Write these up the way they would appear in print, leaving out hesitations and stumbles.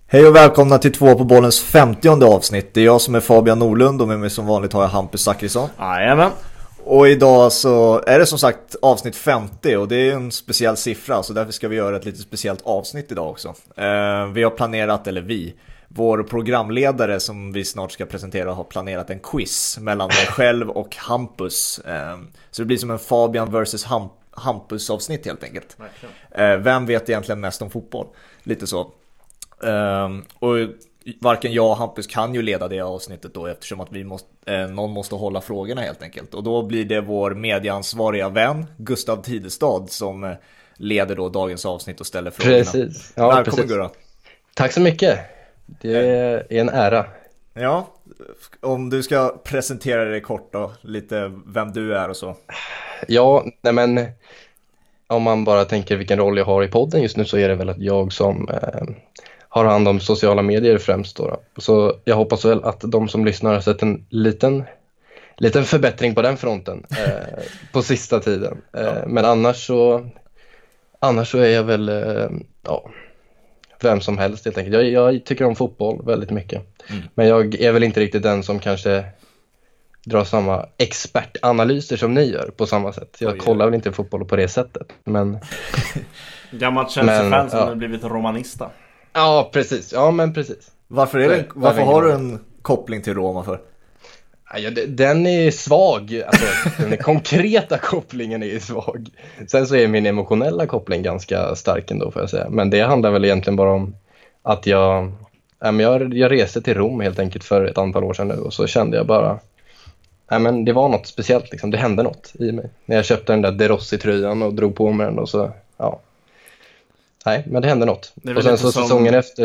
Hej och välkomna till Två på bollens 50:e avsnitt. Det är jag som är Fabian Norlund och med mig som vanligt har jag Hampus Zachrisson. Jajamän. Och idag så är det som sagt avsnitt 50 och det är en speciell siffra, så därför ska vi göra ett lite speciellt avsnitt idag också. Vi har planerat, vår programledare som vi snart ska presentera har planerat en quiz mellan mig själv och Hampus. Så det blir som en Fabian versus Hampus avsnitt helt enkelt. Vem vet egentligen mest om fotboll? Lite så. Och varken jag och Hampus kan ju leda det avsnittet då, eftersom att någon måste hålla frågorna helt enkelt. Och då blir det vår medieansvariga vän Gustav Tidestad som leder då dagens avsnitt och ställer frågorna. Precis. Ja, välkommen precis. Gurra. Tack så mycket. Det är en ära. Ja, om du ska presentera dig kort då, lite vem du är och så. Ja, nej men om man bara tänker vilken roll jag har i podden just nu, så är det väl att jag som har hand om sociala medier främst då. Så jag hoppas väl att de som lyssnar har sett en liten förbättring på den fronten på sista tiden. Men annars så är jag väl vem som helst helt enkelt. Jag tycker om fotboll väldigt mycket. Men jag är väl inte riktigt den som kanske drar samma expertanalyser som ni gör på samma sätt. Jag kollar väl inte fotboll på det sättet. Men gammalt Chelsea-fan som har blivit romanista. Ja, precis. Ja, men precis. Varför har du en koppling till Roma för? Ja, den är svag. Alltså, den konkreta kopplingen är svag. Sen så är min emotionella koppling ganska stark ändå, får jag säga. Men det handlar väl egentligen bara om att jag reste till Rom helt enkelt för ett antal år sedan nu. Och så kände jag bara, men det var något speciellt liksom. Det hände något i mig när jag köpte den där De Rossi-tröjan och drog på mig den. Och så, ja. Nej, men det hände något. Och sen så säsongen efter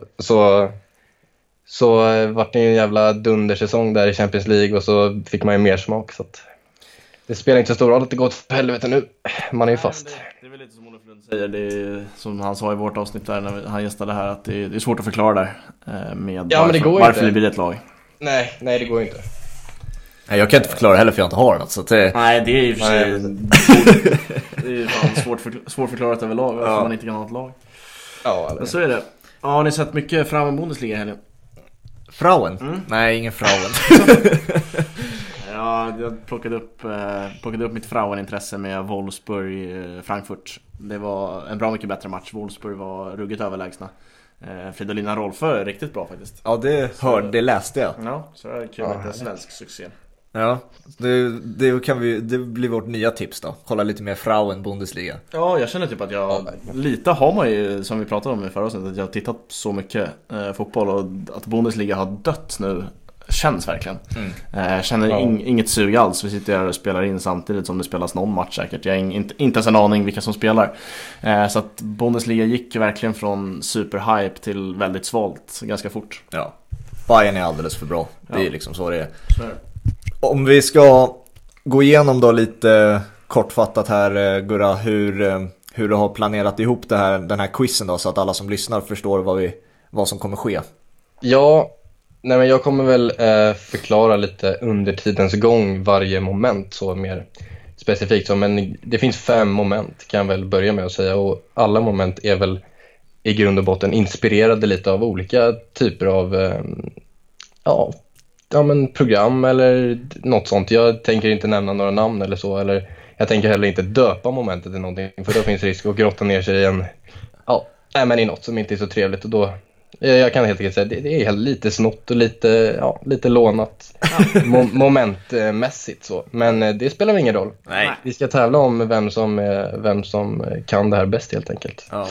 så var det en jävla dundersäsong där i Champions League och så fick man ju mer smak, så att det spelar inte så stor roll att det gått för helvete nu. Man är ju fast. Det är väl lite som Olof Lund säger, det är, som han sa i vårt avsnitt där när han gästade här, att det är svårt att förklara där med varför det blir ett lag. Nej, det går ju inte. Nej, jag kan inte förklara heller för jag inte har något, så att det... Nej, det är ju för sig det är ju svårt förklarat överlag varför man inte kan ha ett lag. Ja, men så är det. Ja, har ni sett mycket fram i Bundesliga i helgen? Frauen? Nej, ingen Frauen. Ja, jag plockade upp mitt Frauen-intresse med Wolfsburg-Frankfurt. Det var en bra mycket bättre match. Wolfsburg var ruggigt överlägsna. Fridolina Rolfö är riktigt bra faktiskt. Ja, det läste jag. Ja, så är det kul med svensk succé. Ja, det blir vårt nya tips då. Kolla lite mer Frauen Bundesliga. Ja, jag känner typ att lite har man ju, som vi pratade om i förra avsnittet, att jag har tittat så mycket fotboll och att Bundesliga har dött nu känns verkligen. Känner inget sug alls. Vi sitter här och spelar in samtidigt som det spelas någon match säkert. Jag har inte ens en aning vilka som spelar. Så att Bundesliga gick verkligen från superhype till väldigt svalt ganska fort. Ja, Bayern är alldeles för bra. Det är liksom så det är. Om vi ska gå igenom då lite kortfattat här, Gurra, hur du har planerat ihop den här quizen då, så att alla som lyssnar förstår vad som kommer ske. Ja, men jag kommer väl förklara lite under tidens gång varje moment så mer specifikt. Men det finns 5 moment kan jag väl börja med att säga, och alla moment är väl i grund och botten inspirerade lite av olika typer av men program eller något sånt. Jag tänker inte nämna några namn eller så, eller jag tänker heller inte döpa momentet till någonting, för då finns risk att grotta ner sig i något som inte är så trevligt, och då jag kan helt enkelt säga det är lite snott och lite lånat momentmässigt så, men det spelar ingen roll. Nej. Vi ska tävla om vem som kan det här bäst helt enkelt. Ja.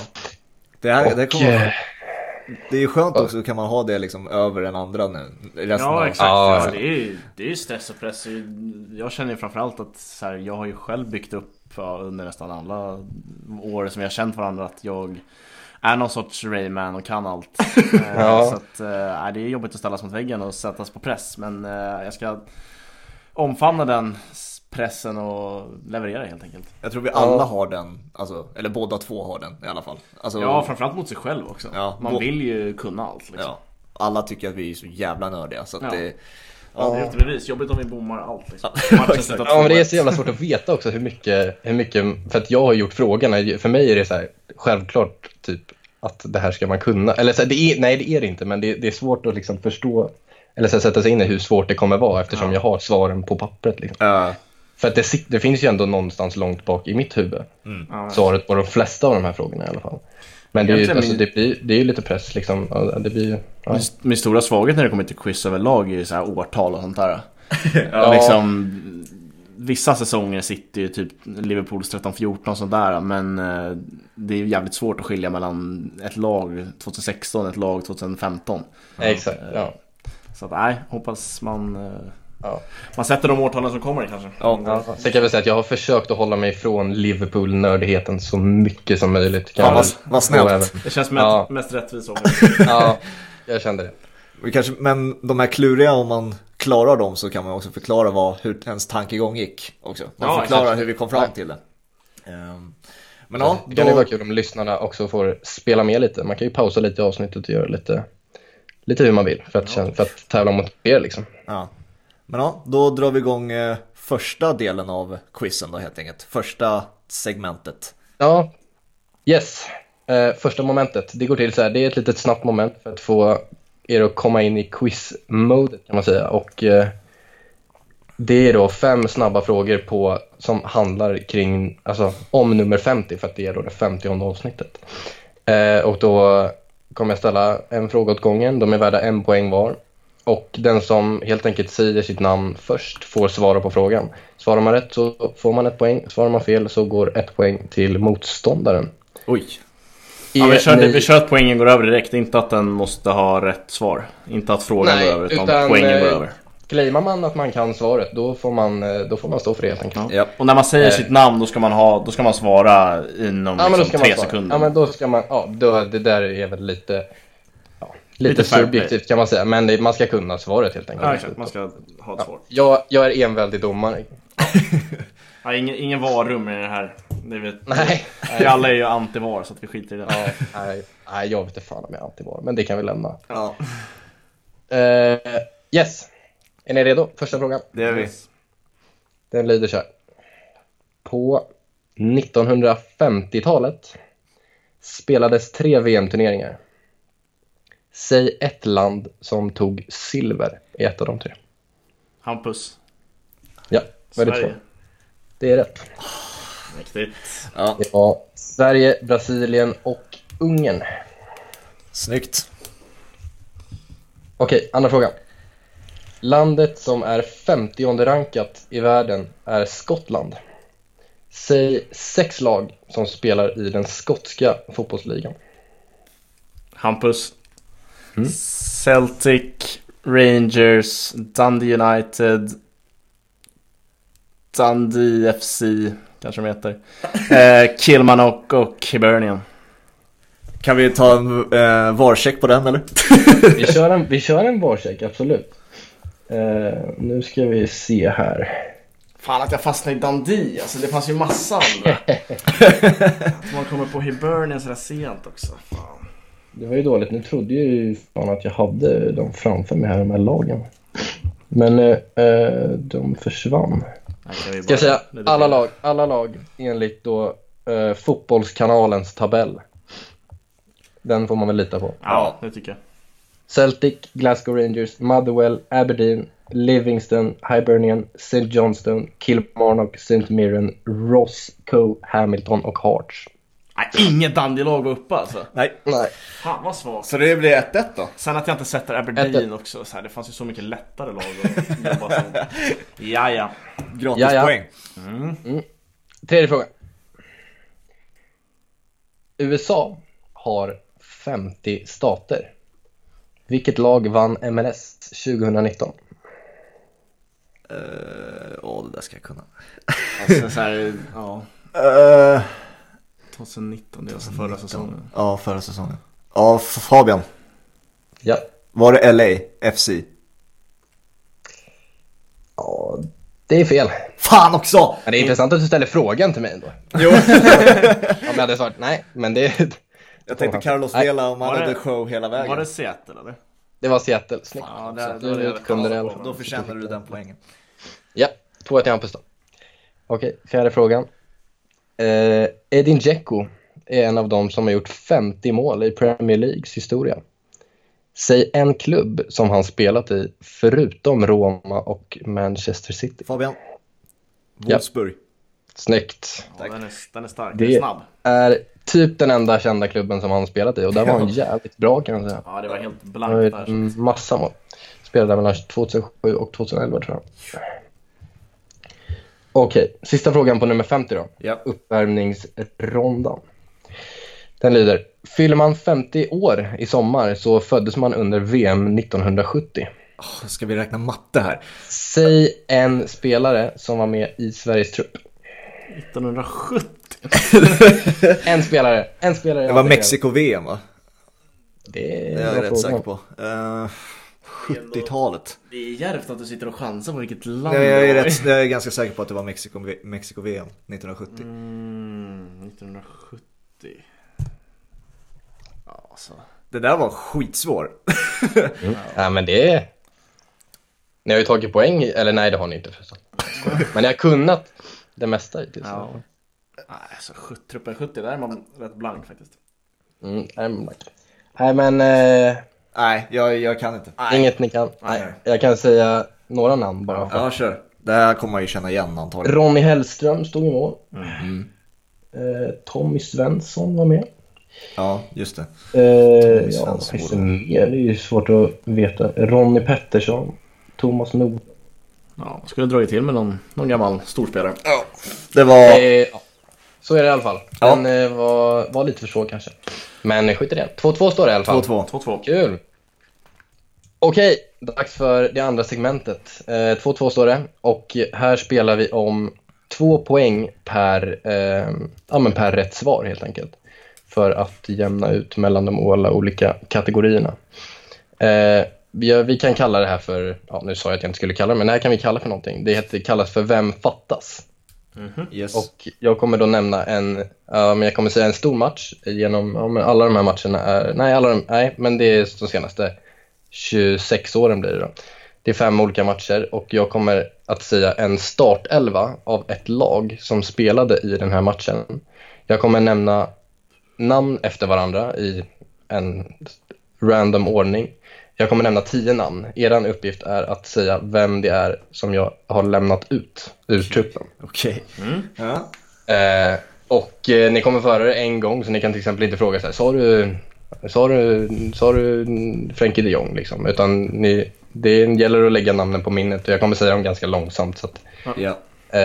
Det är ju skönt också, kan man ha det liksom över den andra nu. Ja, exakt. Ja, det är ju stress och press. Jag känner ju framförallt att så här, jag har ju själv byggt upp under nästan alla år som vi har känt varandra att jag är någon sorts Rayman och kan allt. Så att det är jobbigt att ställas mot väggen och sättas på press, men jag ska omfamna den pressen och leverera helt enkelt. Jag tror vi alla har den, alltså, eller båda två har den i alla fall. Alltså, ja, framförallt mot sig sjv också. Ja, man vill ju kunna allt liksom. Ja. Alla tycker att vi är så jävla nördiga, så att det... Ja, det är inte bevis. Jobbigt om vi bommar allt liksom. Men det är så jävla svårt att veta också hur mycket, för att jag har gjort frågorna. För mig är det så här självklart typ att det här ska man kunna. Eller så, nej, det är det inte, men det är svårt att liksom förstå eller så sätta sig in i hur svårt det kommer vara eftersom jag har svaren på pappret. Liksom. För att det finns ju ändå någonstans långt bak i mitt huvud svaret på de flesta av de här frågorna i alla fall. Men det är ju lite press liksom. Det blir, Min stora svaghet när det kommer till quiz överlag är så här årtal och sånt där. Liksom, vissa säsonger sitter ju typ Liverpools 13-14 och sånt där, men det är ju jävligt svårt att skilja mellan ett lag 2016 och ett lag 2015. Exakt, Så att nej, hoppas man sätter de årtalen som kommer kanske. Så kan vi säga att jag har försökt att hålla mig ifrån Liverpool-nördigheten så mycket som möjligt. Vad snällt. Det känns mest rättvist. Ja, jag kände det. Men de här kluriga, om man klarar dem så kan man också förklara hur ens tankegång gick också. Man förklarar hur vi kom fram till det. Men det kan ju vara kul om lyssnarna också får spela med lite. Man kan ju pausa lite i avsnittet och göra lite hur man vill för att tävla mot er liksom. Ja. Men då drar vi igång första delen av quizen då helt enkelt. Första segmentet. Ja, yes. Första momentet, det går till så här. Det är ett litet snabbt moment för att få er att komma in i quiz-modet kan man säga. Och det är då 5 snabba frågor som handlar kring, alltså om nummer 50 för att det är då det 50:e avsnittet. Och då kommer jag ställa en fråga åt gången. De är värda 1 poäng var. Och den som helt enkelt säger sitt namn först får svara på frågan. Svarar man rätt så får man 1 poäng. Svarar man fel så går 1 poäng till motståndaren. Oj. Ja, vi kör att poängen går över direkt. Inte att den måste ha rätt svar. Inte att frågan går över, utan poängen går över. Claimar man att man kan svaret, då får man stå för det helt enkelt. Ja. Och när man säger sitt namn, då ska man svara inom 3 sekunder. Ja, men då ska man, det där är väl lite subjektivt kan man säga, men man ska kunna svaret helt enkelt. Ja, exakt. Man ska ha ett svar. Jag är enväldig domare. Ingen varrum i det här. Det vet. Nej. Alla är ju anti-var så att vi skiter i det. Nej, jag vet inte fan om jag är anti-var, men det kan vi lämna. Ja. Yes. Är ni redo? Första frågan. Det är vi. Den lyder så här. På 1950-talet spelades 3 VM-turneringar. Säg ett land som tog silver i ett av de 3. Hampus. Ja, väldigt svårt. Det är rätt. Riktigt. Ja. Det var Sverige, Brasilien och Ungern. Snyggt. Okej, andra frågan. Landet som är 50:e rankat i världen är Skottland. Säg 6 lag som spelar i den skotska fotbollsligan. Hampus. Celtic, Rangers, Dundee United, Dundee FC kanske de heter, Kilmarnock och Hibernian. Kan vi ta en varcheck på den eller? Vi kör en varcheck, absolut. Nu ska vi se här. Fan att jag fastnade i Dundee, alltså det fanns ju massa andra. Man kommer på Hibernian så där sent också. Fan. Det var ju dåligt, nu trodde jag ju fan att jag hade dem framför mig här, de här lagen. Men de försvann. Ska jag säga, alla lag enligt då fotbollskanalens tabell. Den får man väl lita på. Ja, det tycker jag. Celtic, Glasgow Rangers, Motherwell, Aberdeen, Livingston, Hibernian, St. Johnstone, Kilmarnock, St. Mirren, Roscoe, Hamilton och Hearts. Nej, inget Dundee-lag var uppe alltså. Nej. Fan vad svagt. Så det blir 1-1 då. Sen att jag inte sätter Aberdeen också så här, det fanns ju så mycket lättare lag att jobba som. Ja. Gratis poäng. Tredje frågan. USA har 50 stater. Vilket lag vann MLS 2019? Det där ska jag kunna. Alltså så här, 2019, det är alltså förra säsongen. Ja, förra säsongen. Ja, Fabian. Ja. Var det LA FC? Ja, det är fel. Fan också! Men det är intressant att du ställer frågan till mig ändå. Jo. Om jag hade svarat nej, men det... Jag tänkte Carlos Vela om han hade show hela vägen. Var det Seattle eller? Det var Seattle, snyggt. Ja, då förtjänar du den poängen. Ja, 2-1 till Hampus då. Okej, fjärde frågan. Edin Dzeko är en av dem som har gjort 50 mål i Premier Leagues historia. Säg en klubb som han spelat i förutom Roma och Manchester City. Fabian. Wolfsburg. Ja. Snyggt. Ja, den är stark, Det den är snabb. är typ den enda kända klubben som han spelat i. Och där var han jävligt bra, kan jag säga. Ja, det var helt blankt där. Massa mål. Spelade där mellan 2007 och 2011, tror jag. Okej, sista frågan på nummer 50 då. Ja. Uppvärmningsrondan. Den lyder: fyller man 50 år i sommar så föddes man under VM 1970. Ska vi räkna matte här? Säg en spelare som var med i Sveriges trupp. 1970. En spelare. Det var Mexiko-VM, va? Det är jag rätt säker på. 70-talet. Det är djärvt att du sitter och chansar på vilket land. Jag är ganska säker på att det var Mexiko-VM 1970. 1970. Ja, alltså. Det där var skitsvår. Ja, men det är... Ni har ju tagit poäng, eller nej, det har ni inte förstås. Men jag har kunnat det mesta hittills. Ja. Alltså, truppen 70, där är man rätt blank faktiskt. Nej, men... Nej, jag kan inte. Inget ni kan. Nej. Jag kan säga några namn bara. Ja, kör. Det här kommer man ju känna igen antagligen. Ronny Hellström stod i mål. Tommy Svensson var med. Ja, just det. Ja, finns det mer? Det är ju svårt att veta. Ronny Pettersson. Thomas Nord. Ja, skulle dragit till med någon gammal storspelare. Ja, det var... Ja. Så är det i alla fall. Den var lite för svår kanske. Men skit i det. 2-2 står det i alla fall. 2-2. Kul. Okej, dags för det andra segmentet. 2-2 står det. Och här spelar vi om 2 poäng per rätt svar helt enkelt. För att jämna ut mellan de alla olika kategorierna. Vi kan kalla det här för, nu sa jag att jag inte skulle kalla det, men det här kan vi kalla för någonting. Det kallas för Vem fattas? Yes. Och jag kommer då nämna jag kommer säga en stor match genom alla de här matcherna men det är de senaste 26 åren blir det då. Det är 5 olika matcher och jag kommer att säga en startelva av ett lag som spelade i den här matchen. Jag kommer nämna namn efter varandra i en random ordning. Jag kommer nämna 10 namn. Eran uppgift är att säga vem det är som jag har lämnat ut ur truppen. Okej. Ja. Och ni kommer föra det en gång, så ni kan till exempel inte fråga så här: sa du Frenkie de Jong liksom, utan det gäller att lägga namnen på minnet och jag kommer säga dem ganska långsamt så att, Ja.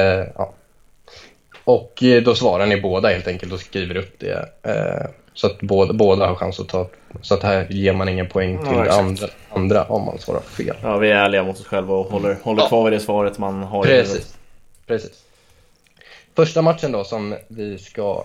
Och då svarar ni båda helt enkelt och skriver upp det så att båda har chans att ta, så att här ger man ingen poäng till andra om man svarar fel. Ja, vi är ärliga mot oss själva och håller kvar vid det svaret man har. Precis. Första matchen då som vi ska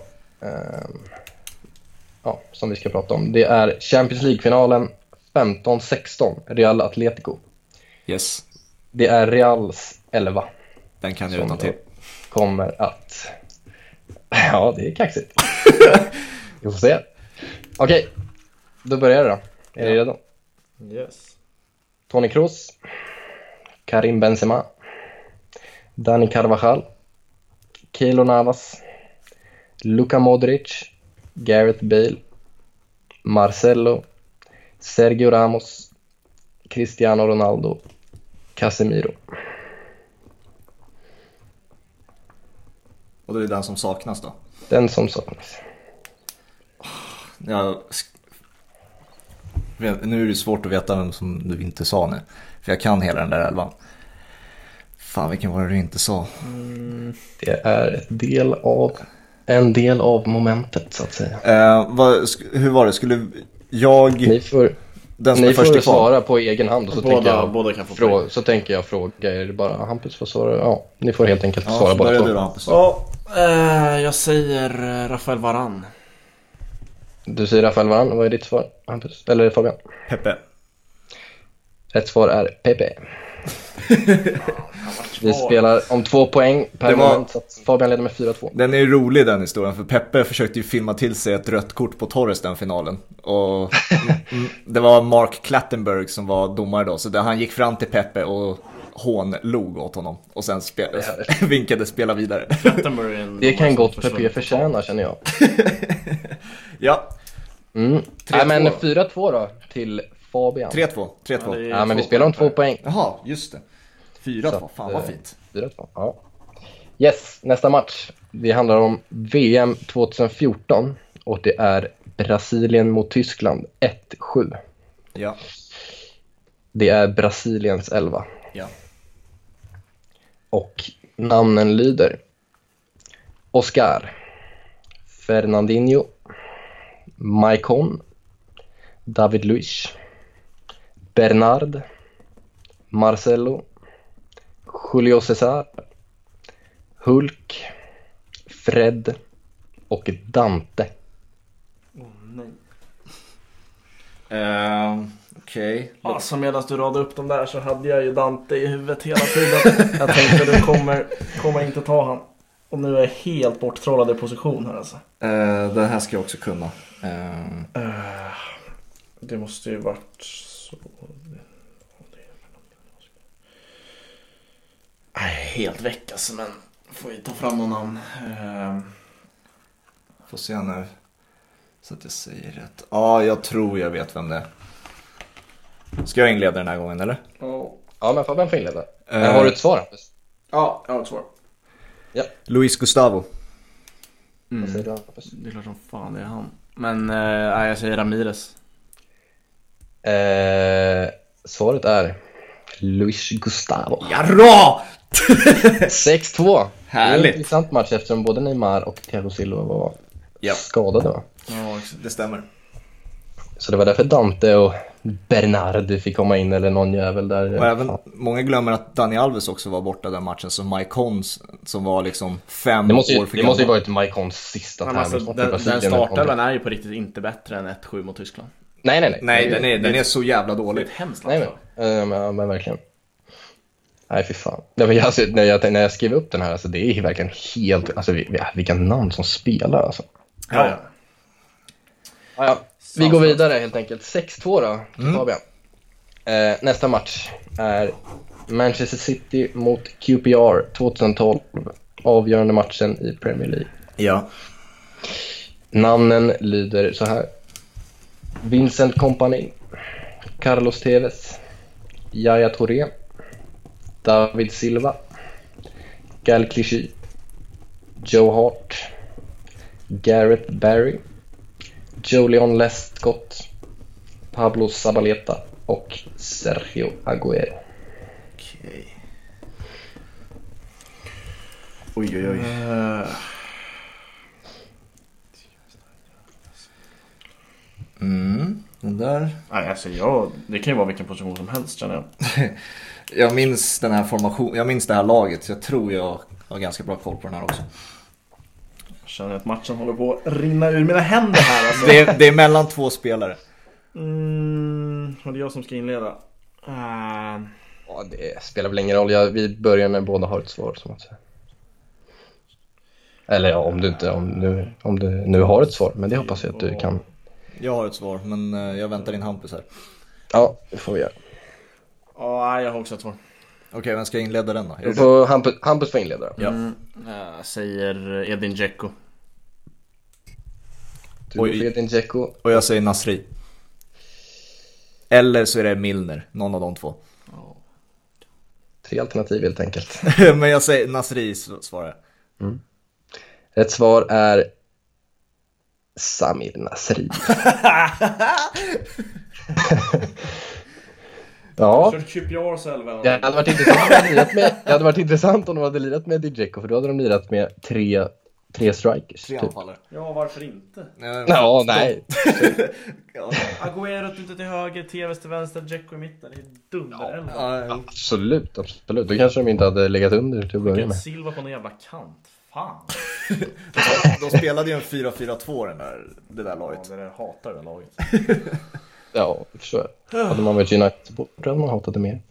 prata om, det är Champions League-finalen 15-16, Real Atletico. Yes. Det är Reals 11. Den kan jag utan till. Kommer att... Ja, det är kaxigt. Vi får se. Okej, då börjar det då. Är ni redo? Yes. Toni Kroos, Karim Benzema, Dani Carvajal, Keylor Navas, Luka Modric, Gareth Bale, Marcelo, Sergio Ramos, Cristiano Ronaldo, Casemiro. Och det är den som saknas då? Den som saknas. Nu är det svårt att veta vem som du inte sa nu. För jag kan hela den där 11. Fan, vilken var det du inte sa? Det är en del av momentet så att säga. Hur var det? Skulle jag... Ni får svara på egen hand och så båda kan få så tänker jag fråga er bara. Hampus får svara. Ja, ni får helt enkelt svara bara på. Du jag säger Rafael Varane. Du säger Rafael Varane. Vad är ditt svar, Hampus? Eller Fabian? Pepe. Rätt svar är Pepe. Vi spelar om 2 poäng per moment, så att Fabian leder med 4-2. Den är ju rolig den historien, för Pepe försökte ju filma till sig ett rött kort på Torres den finalen. Och det var Mark Clattenburg som var domare då, så han gick fram till Pepe och hånlog åt honom och sen vinkade spela vidare. Det kan gott PP förtjäna, känner jag. Ja. Nej, men 4-2 då till Fabian. 3-2. Ja, men vi spelar om 2 poäng. Jaha, just det. 4-2, fan vad fint. 4-2, ja. Yes, nästa match. Det handlar om VM 2014 och det är Brasilien mot Tyskland 1-7. Ja. Det är Brasiliens 11. Ja. Och namnen lyder Oscar, Fernandinho, Maicon, David Luiz, Bernard, Marcelo, Julio César, Hulk, Fred och Dante. Okej. Alltså medan du radade upp dem där så hade jag ju Dante i huvudet hela tiden. Jag tänkte du kommer inte ta han. Och nu är jag helt borttrollad i position här alltså. Det här ska jag också kunna. Det måste ju varit så... Helt väck alltså, men får ju ta fram någon namn. Får se nu. Så att jag säger rätt. Ja, jag tror jag vet vem det är. Ska jag inleda den här gången, eller? Ja, men Fabian får inleda. Har du ett svar? Ja, jag har ett svar. Ja. Luis Gustavo. Vad säger du? Det är klart som fan det är han. Men jag säger Ramirez. Svaret är Luis Gustavo. Jarrå! 6-2. Härligt. Det är en intressant match eftersom både Neymar och Thiago Silva var skadade, va? Ja, det stämmer. Så det var därför Dante och Bernard fick komma in, eller någon jävel där. Och även, många glömmer att Dani Alves också var borta den matchen, så Maicons som var liksom 5 år för gammal. Det måste ju varit Maicons sista tävling. Alltså, den startelvan är ju på riktigt inte bättre än 1-7 mot Tyskland. Nej, den är så jävla dålig. Det är ett hemskt. Nej, men verkligen. Nej, fy fan. Alltså, när jag skrev upp den här, alltså, det är verkligen helt... Alltså, vilka namn som spelar, alltså. Ja. Vi går vidare helt enkelt. 6-2 då, till Fabian. Nästa match är Manchester City mot QPR 2012. Avgörande matchen i Premier League. Ja. Namnen lyder så här: Vincent Kompany, Carlos Tevez, Yaya Touré, David Silva, Gal Clichy, Joe Hart, Gareth Barry, Julian Lescott, Pablo Zabaleta och Sergio Aguero. Okej. Oj. Den där. Nej, alltså det kan ju vara vilken position som helst, känner jag. Jag minns den här formationen, jag minns det här laget, så jag tror jag har ganska bra koll på den här också. Jag känner att matchen håller på att rinna ur mina händer här alltså. Det är mellan 2 spelare. Och det är jag som ska inleda. Ja, det spelar väl ingen roll. Vi börjar när båda har ett svar, som man säger. Eller ja, om du nu har ett svar, men det hoppas jag att du kan. Jag har ett svar, men jag väntar in Hampus här. Ja, det får vi göra. Ja, jag har också ett svar. Okej, vem ska inleda den då? Hampus får inleda. Ja. Jag säger Edin Dzeko. Du får Edin Dzeko. Och jag säger Nasri. Eller så är det Milner, någon av de 2. 3 alternativ helt enkelt. Men jag säger Nasri, svarar jag. Rätt svar är Samir Nasri. Ja. Det hade varit intressant om de hade lirat med Dzeko, för då hade de lirat med tre strikers. 3 anfallare. Ja, varför inte? Ja, nej. Aguero inte till höger, Tevez till vänster, Dzeko i mitten. Det är dunder. Ja, absolut. Då kanske de inte hade legat under till att börja med. Silva på någon jävla kant. Fan. De spelade ju en 4-4-2 det där laget. Ja, det hatar det laget. Ja, det förstår jag. Hade man varit United-supporter hade man hatat det mer.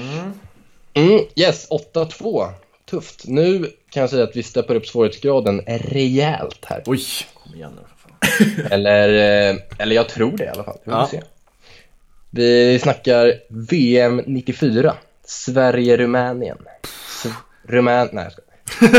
Yes, 8-2. Tufft. Nu kan jag säga att vi steppar upp svårighetsgraden rejält här. Oj. Kom igen nu för fan. Eller jag tror det i alla fall. Vi snackar VM 94. Sverige-Rumänien. Nej, jag ska.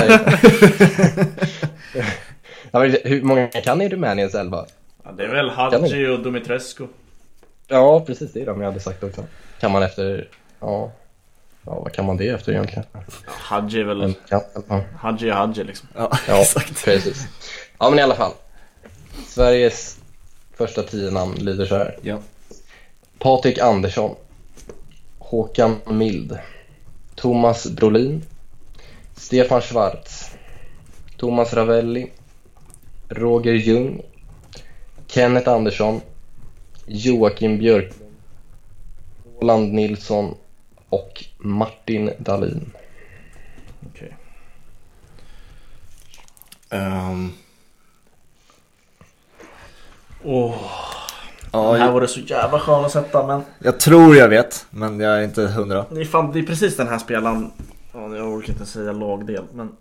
Hur många kan i Rumäniens 11? Ja, det är väl Hadji och Dumitrescu. Ja, precis, det är de jag hade sagt också. Kan man efter... Ja, vad kan man det efter egentligen? Hadji är väl... Hadji är Hadji liksom. Ja, exakt. Precis. Ja, men i alla fall. Sveriges första 10 namn lyder så här. Ja. Patrik Andersson, Håkan Mild, Thomas Brolin, Stefan Schwarz, Thomas Ravelli, Roger Ljung, Kenneth Andersson, Joakim Björklund, Roland Nilsson och Martin Dahlin. Okej. Ja, här var det så jävla skönt att sätta, men... Jag tror jag vet, men jag är inte 100. Det är precis den här spelaren. Ja, jag orkar inte säga lagdel, men...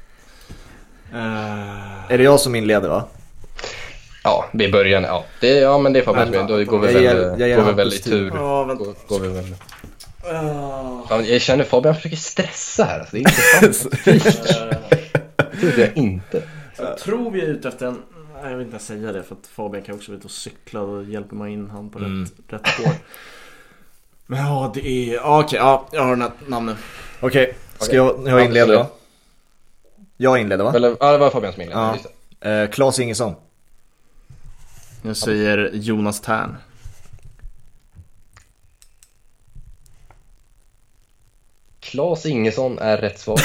Är det jag som inleder, va? Ja, vi börjar. Ja, men det är Fabian som då går vi väl i tur. Ja, vänta. Går vi väl. Jag känner Fabian försöker stressa här. Alltså, det är inte sant. Det tror jag inte. Jag tror vi är ute efter en... Nej, jag vill inte säga det, för att Fabian kan också vara ute och cykla och hjälper mig in han på rätt spår. Men ja, det är... Okej, ja, jag har den här namnen. Okej, ska jag inleda då? Jag inleder, va? Eller, ja, det var Fabian som inledde. Ja. Claes Ingesson. Jag säger Jonas Tern. Claes Ingesson är rätt svar.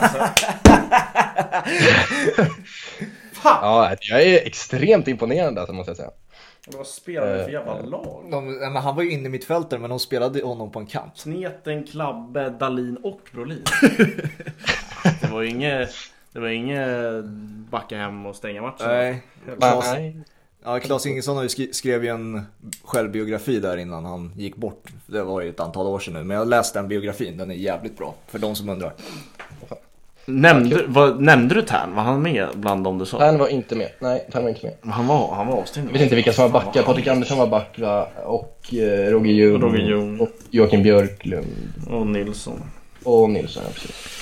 Ja, jag är extremt imponerande, alltså, måste jag säga. Vad spelade för jävla lag? Men han var ju inne i mittfältare, men de spelade honom på en kant. Sneten, Klabbe, Dahlin och Brolin. Det var inget backa hem och stänga matchen. Nej. Ja, Claes Ingesson har ju skrev ju en självbiografi där innan han gick bort. Det var ju ett antal år sedan nu, men jag läste den biografin, den är jävligt bra för de som undrar. Nämnde du Tern? Var han med bland dem du sa? Tern var inte med. Nej, Tern var inte med. Han var avstängd. Jag vet inte vilka som var backar. Patrik Andersson var back, och Roger Ljung och Joakim Björklund och Nilsson. Ja, precis.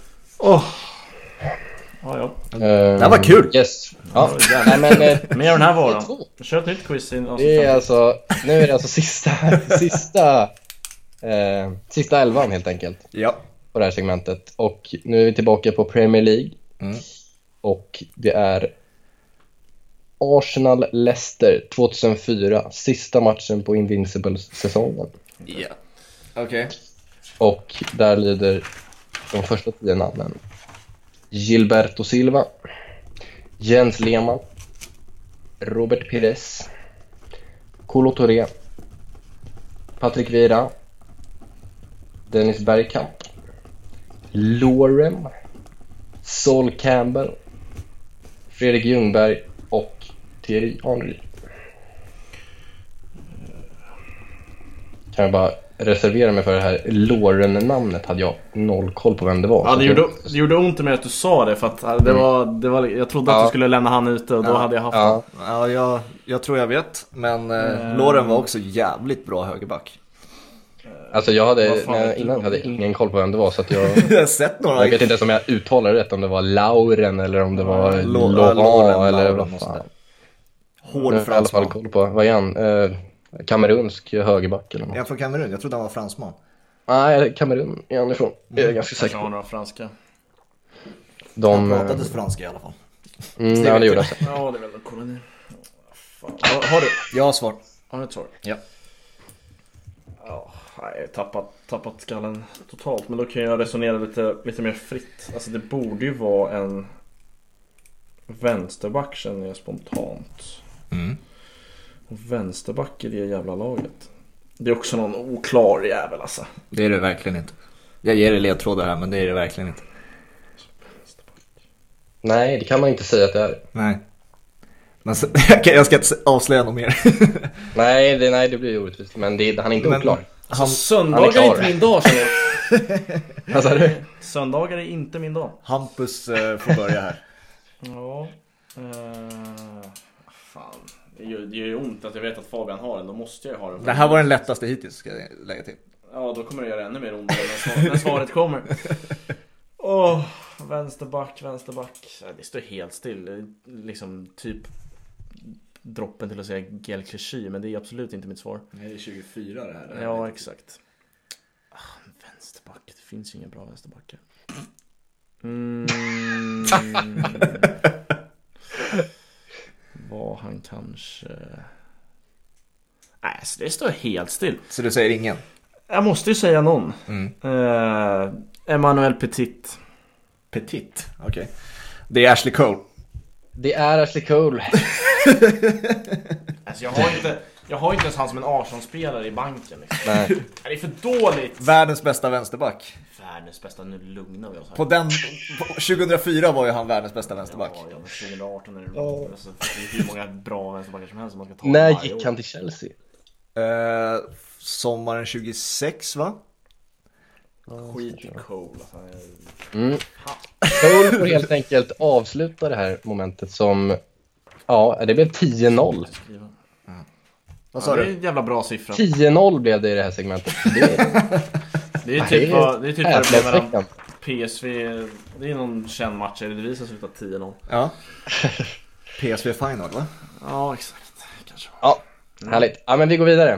Ja. Det var kul. Yes. Ja. Nej, men mer den här var då. Kör ett nytt quiz in. Det är alltså, nu är det alltså sista 11 helt enkelt. Ja. På det här segmentet. Och nu är vi tillbaka på Premier League. Och det är Arsenal-Leicester 2004. Sista matchen på Invincibles-säsongen. Ja. Okej. Och där lyder de första 10 namnen: Gilberto Silva, Jens Lehmann, Robert Pires, Kolo Touré, Patrick Vieira, Dennis Bergkamp, Lorem, Sol Campbell, Fredrik Ljungberg och Thierry Henry. Kan jag bara reservera mig för det här Loren-namnet, hade jag noll koll på vem det var. Ja, det gjorde ont i mig att du sa det, för att det var jag trodde att du skulle lämna han ute, och då hade jag haft han. Ja, jag tror jag vet, men Loren var också jävligt bra högerback. Alltså jag hade ingen koll på vem det var, så att jag har sett några. Jag vet inte ens om jag uttalade rätt, om det var Lauren eller om det var Laurent eller vad fan. Hård fransman. I alla fall koll på, vad är han? Kamerunsk högerback eller något. Är han från Kamerun? Jag trodde han var fransman. Nej, Kamerun är han ifrån. Jag är ganska säker på. Några franska. Han pratade franska i alla fall. Ja, det gjorde jag. Ja, det är väl koloni. Har du? Jag har svar. Har du ett svar? Ja. Nej, tappat skallen totalt. Men då kan jag resonera lite mer fritt. Alltså det borde ju vara en vänsterback, känner jag spontant. Och vänsterback i det jävla laget. Det är också någon oklar jävel, alltså. Det är det verkligen inte. Jag ger dig ledtrådar här, men det är det verkligen inte. Nej, det kan man inte säga att det är. Nej. Men jag ska inte avslöja något mer. nej, det blir ju orättvist. Men han är inte oklar. Söndagar är inte min dag, så. Vad sa du? Söndagar är inte min dag. Hampus får börja här. Ja. Fan. Det gör ju ont att jag vet att Fabian har den. Då måste jag ha den. Det här var den lättaste hittills, ska jag lägga till. Ja, då kommer det göra ännu mer ondare när svaret kommer. Vänsterback. Det står helt still. Liksom typ droppen till att säga Gel Clichy, men det är absolut inte mitt svar. Nej, det är 24 det här. Ja, exakt. Vänsterback, det finns ju ingen bra vänsterbackar. Var han kanske... Nej, så det står helt still. Så du säger ingen? Jag måste ju säga någon. Emmanuel Petit. Petit, okej. Det är Ashley Cole. Det är Ashley Cole. Alltså jag har inte ens han som en Arsenal-spelare i banken liksom. Nej. Det är för dåligt. Världens bästa vänsterback. Världens bästa, nu lugnar vi oss här. På 2004 var ju han världens bästa vänsterback. Ja, 2018 är det bra. Alltså, det är hur många bra vänsterbackar som helst som man ska ta. När gick han till Chelsea? Sommaren 26, va? Skit i Cole. Cole får helt enkelt avsluta det här momentet som... Ja, det blev 10-0. Vad sa det du? är en jävla bra siffra. 10-0 blev det i det här segmentet. Det är typ vad det blev mellan PSV. Det är någon känd match. Det visar slutat 10-0. Ja. PSV Final, va? Ja, exakt. Kanske. Ja, härligt. Ja, men vi går vidare.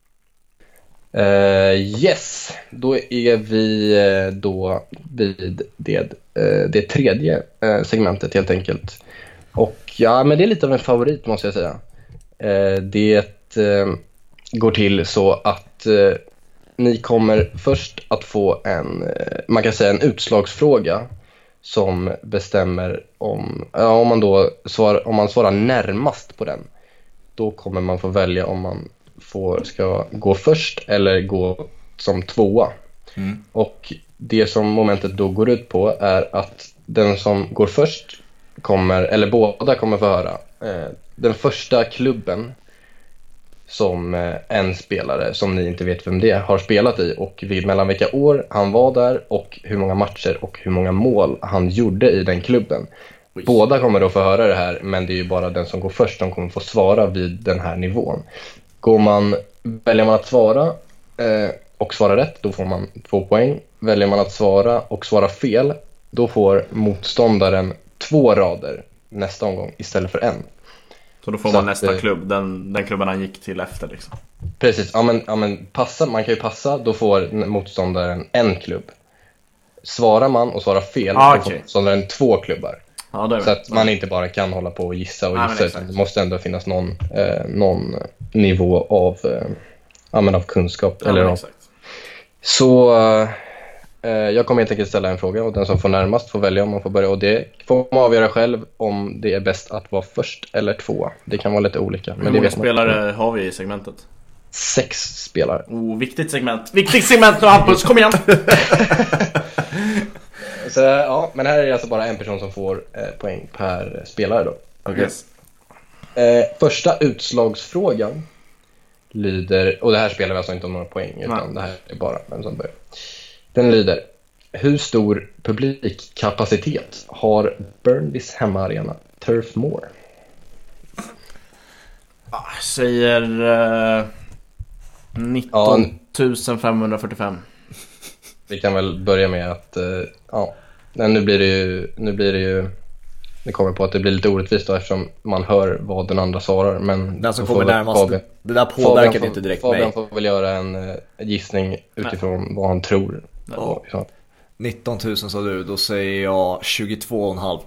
Yes, då är vi då vid det tredje segmentet helt enkelt. Och ja, men det är lite av en favorit måste jag säga. Det går till så att ni kommer först att få man kan säga en utslagsfråga som bestämmer om man svarar närmast på den. Då kommer man få välja om man ska gå först eller gå som tvåa. Och det som momentet då går ut på är att den som går först båda kommer få höra den första klubben som en spelare som ni inte vet vem det är har spelat i och mellan vilka år han var där och hur många matcher och hur många mål han gjorde i den klubben. Båda kommer då få höra det här, men det är ju bara den som går först som kommer få svara vid den här nivån. Väljer man att svara och svara rätt, då får man 2 poäng. Väljer man att svara och svara fel, då får motståndaren 2 rader nästa omgång istället för 1. Så då får man nästa klubb, den klubben han gick till efter liksom. Precis, ja men passa, man kan ju passa, då får motståndaren 1 klubb. Svarar man och svarar fel, då får motståndaren 2 klubbar. Ja, så att man inte bara kan hålla på och gissa, utan det måste ändå finnas någon nivå av kunskap. Ja, eller exakt. Så jag kommer helt enkelt ställa en fråga och den som får närmast får välja om man får börja. Och det får man avgöra själv om det är bäst att vara först eller tvåa. Det kan vara lite olika. Hur många spelare har vi i segmentet? 6 spelare. Viktigt segment. Viktigt segment nu, Hampus, kom igen! Så, ja, men här är det alltså bara en person som får poäng per spelare då. Okay. Första utslagsfrågan lyder, och det här spelar vi alltså inte om några poäng utan det här är bara vem som börjar. Den lyder: hur stor publikkapacitet har Burnleys hemmaarena Turf Moor? Säger 19 545. Vi kan väl börja med att nu blir det ju det kommer på att det blir lite orättvist då, eftersom man hör vad den andra svarar, men den som kommer närmast, det där påverkar inte direkt Fabian mig. Får väl göra en gissning utifrån vad han tror. Ja. 19 000 sa du, då säger jag 22,5.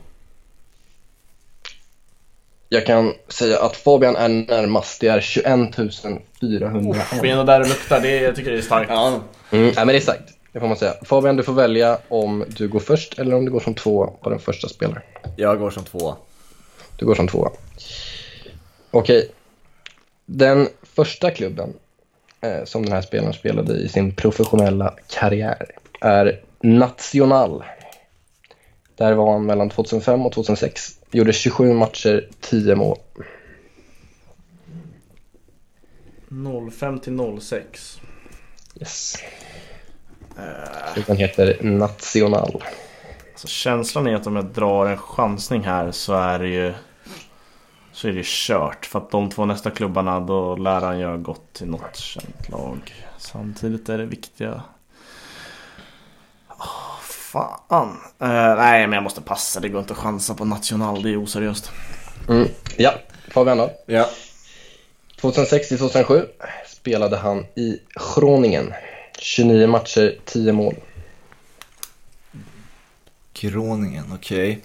Jag kan säga att Fabian är närmast. Det är 21 401. Skena där det luktar, jag tycker det är starkt. Ja, men det är starkt. Det får man säga. Fabian, du får välja om du går först eller om du går som 2 på den första spelaren. Jag går som 2. Du går som 2. Okej. Den första klubben som den här spelaren spelade i sin professionella karriär är Nacional. Där var han mellan 2005 och 2006. Gjorde 27 matcher, 10 mål. 05 till 06. Yes. Den heter Nacional. Alltså, känslan är att om jag drar en chansning här så är det ju så är det kört. För att de 2 nästa klubbarna, då lär han ju ha gått till något känt lag. Samtidigt är det viktiga. Fan. Nej, men jag måste passa. Det går inte att chansa på National, det är oseriöst. Ja, Fabian då? Ja. 2006-2007 spelade han i Groningen. 29 matcher, 10 mål. Groningen, okej.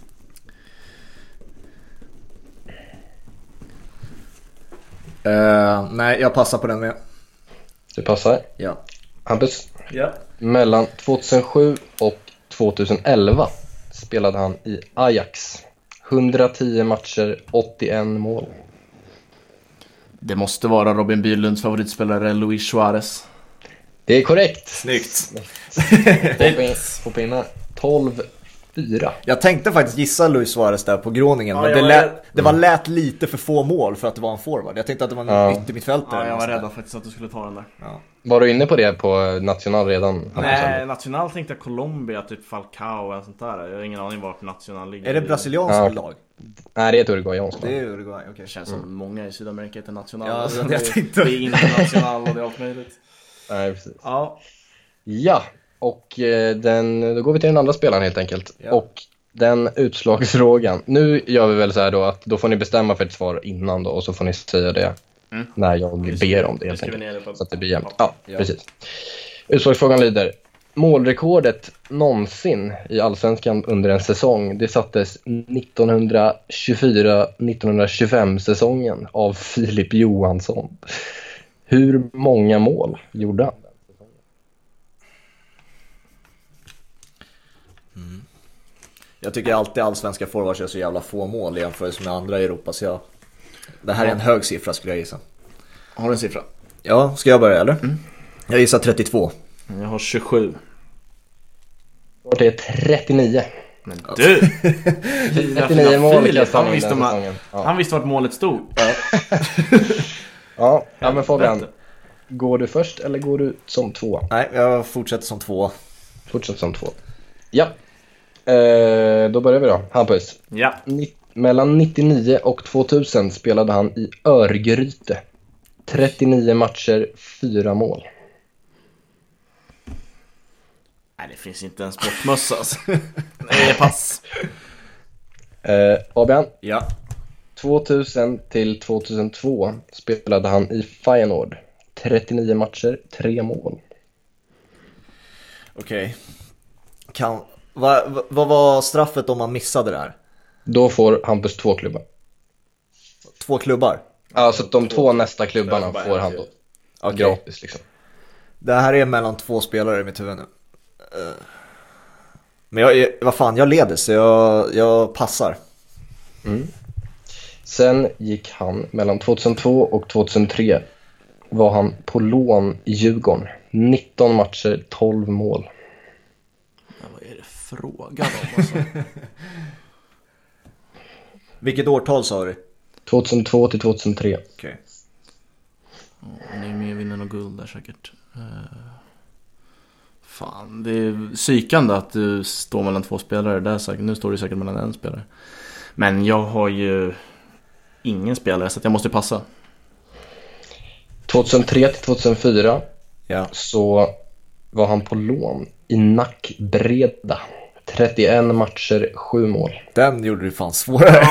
Nej, jag passar på den med. Du passar? Ja. Hampus? Ja. Mellan 2007 och 2011 spelade han i Ajax. 110 matcher, 81 mål. Det måste vara Robin Bylunds favoritspelare Luis Suarez. Det är korrekt. Snyggt. På pinnar. 12-4. Jag tänkte faktiskt gissa Luis Suarez där på Groningen, Ja, men det lät lite för få mål för att det var en forward. Jag tänkte att det var en yttermittfältare. Ja, jag var rädd faktiskt att du skulle ta den där. Ja. Var du inne på det på National redan? Nej, National tänkte jag Colombia, typ Falcao och sånt där. Jag har ingen aning vart National ligger. Är det brasilianskt lag? Nej, det är ett uruguayanskt. Det är Uruguay, okej. Det känns som många i Sydamerika heter National. Ja, alltså, jag tänkte. det är international och det är allt möjligt. Nej, precis. Ja. Ja, och då går vi till den andra spelaren helt enkelt. Ja. Och den utslagsfrågan. Nu gör vi väl så här då att då får ni bestämma för ett svar innan då, och så får ni säga det när jag ber om det helt enkelt. Så att det blir jämnt. Ja, precis. Utslagsfrågan lyder: målrekordet någonsin i Allsvenskan under en säsong, det sattes 1924-1925 säsongen av Filip Johansson. Hur många mål gjorde han? Jag tycker alltid allsvenska forwards är så jävla få mål i jämförelse med andra i Europa, så det här är en hög siffra skulle jag gissa. Har du en siffra? Ja, ska jag börja eller? Jag gissar 32. Jag har 27. Och det är 39. Men du! 39 mål i han visste, han visste vart målet stod. Ja, men Fabian, går du först eller går du som 2? Nej, jag fortsätter som 2. Fortsätt som 2. Ja. Då börjar vi då. Hampus. Ja. Mellan 99 och 2000 spelade han i Örgryte. 39 matcher, 4 mål. Nej, det finns inte en sportmössa alltså. Nej, pass. Fabian. Ja. 2000 till 2002 spelade han i Feyenoord. 39 matcher, 3 mål. Okej. Vad var straffet om man missade det här? Då får Hampus 2 klubbar. 2 klubbar? Alltså de 2 nästa klubbarna får han då. Okay. Gratis liksom. Det här är mellan 2 spelare i mitt huvud nu. Men jag leder så jag passar. Sen gick han mellan 2002 och 2003. Var han på lån i Djurgården. 19 matcher, 12 mål. Ja, vad är det frågan om alltså? Vilket årtal sa du? 2002 till 2003. Okej. Han är med och vinner något guld där säkert. Fan, det är psykande att du står mellan 2 spelare där säkert. Nu står du säkert mellan en spelare. Men jag har ju ingen spelare så att jag måste passa. 2003 till 2004 så var han på lån i Nackbreda. 31 matcher, 7 mål. Den gjorde du fan svårare.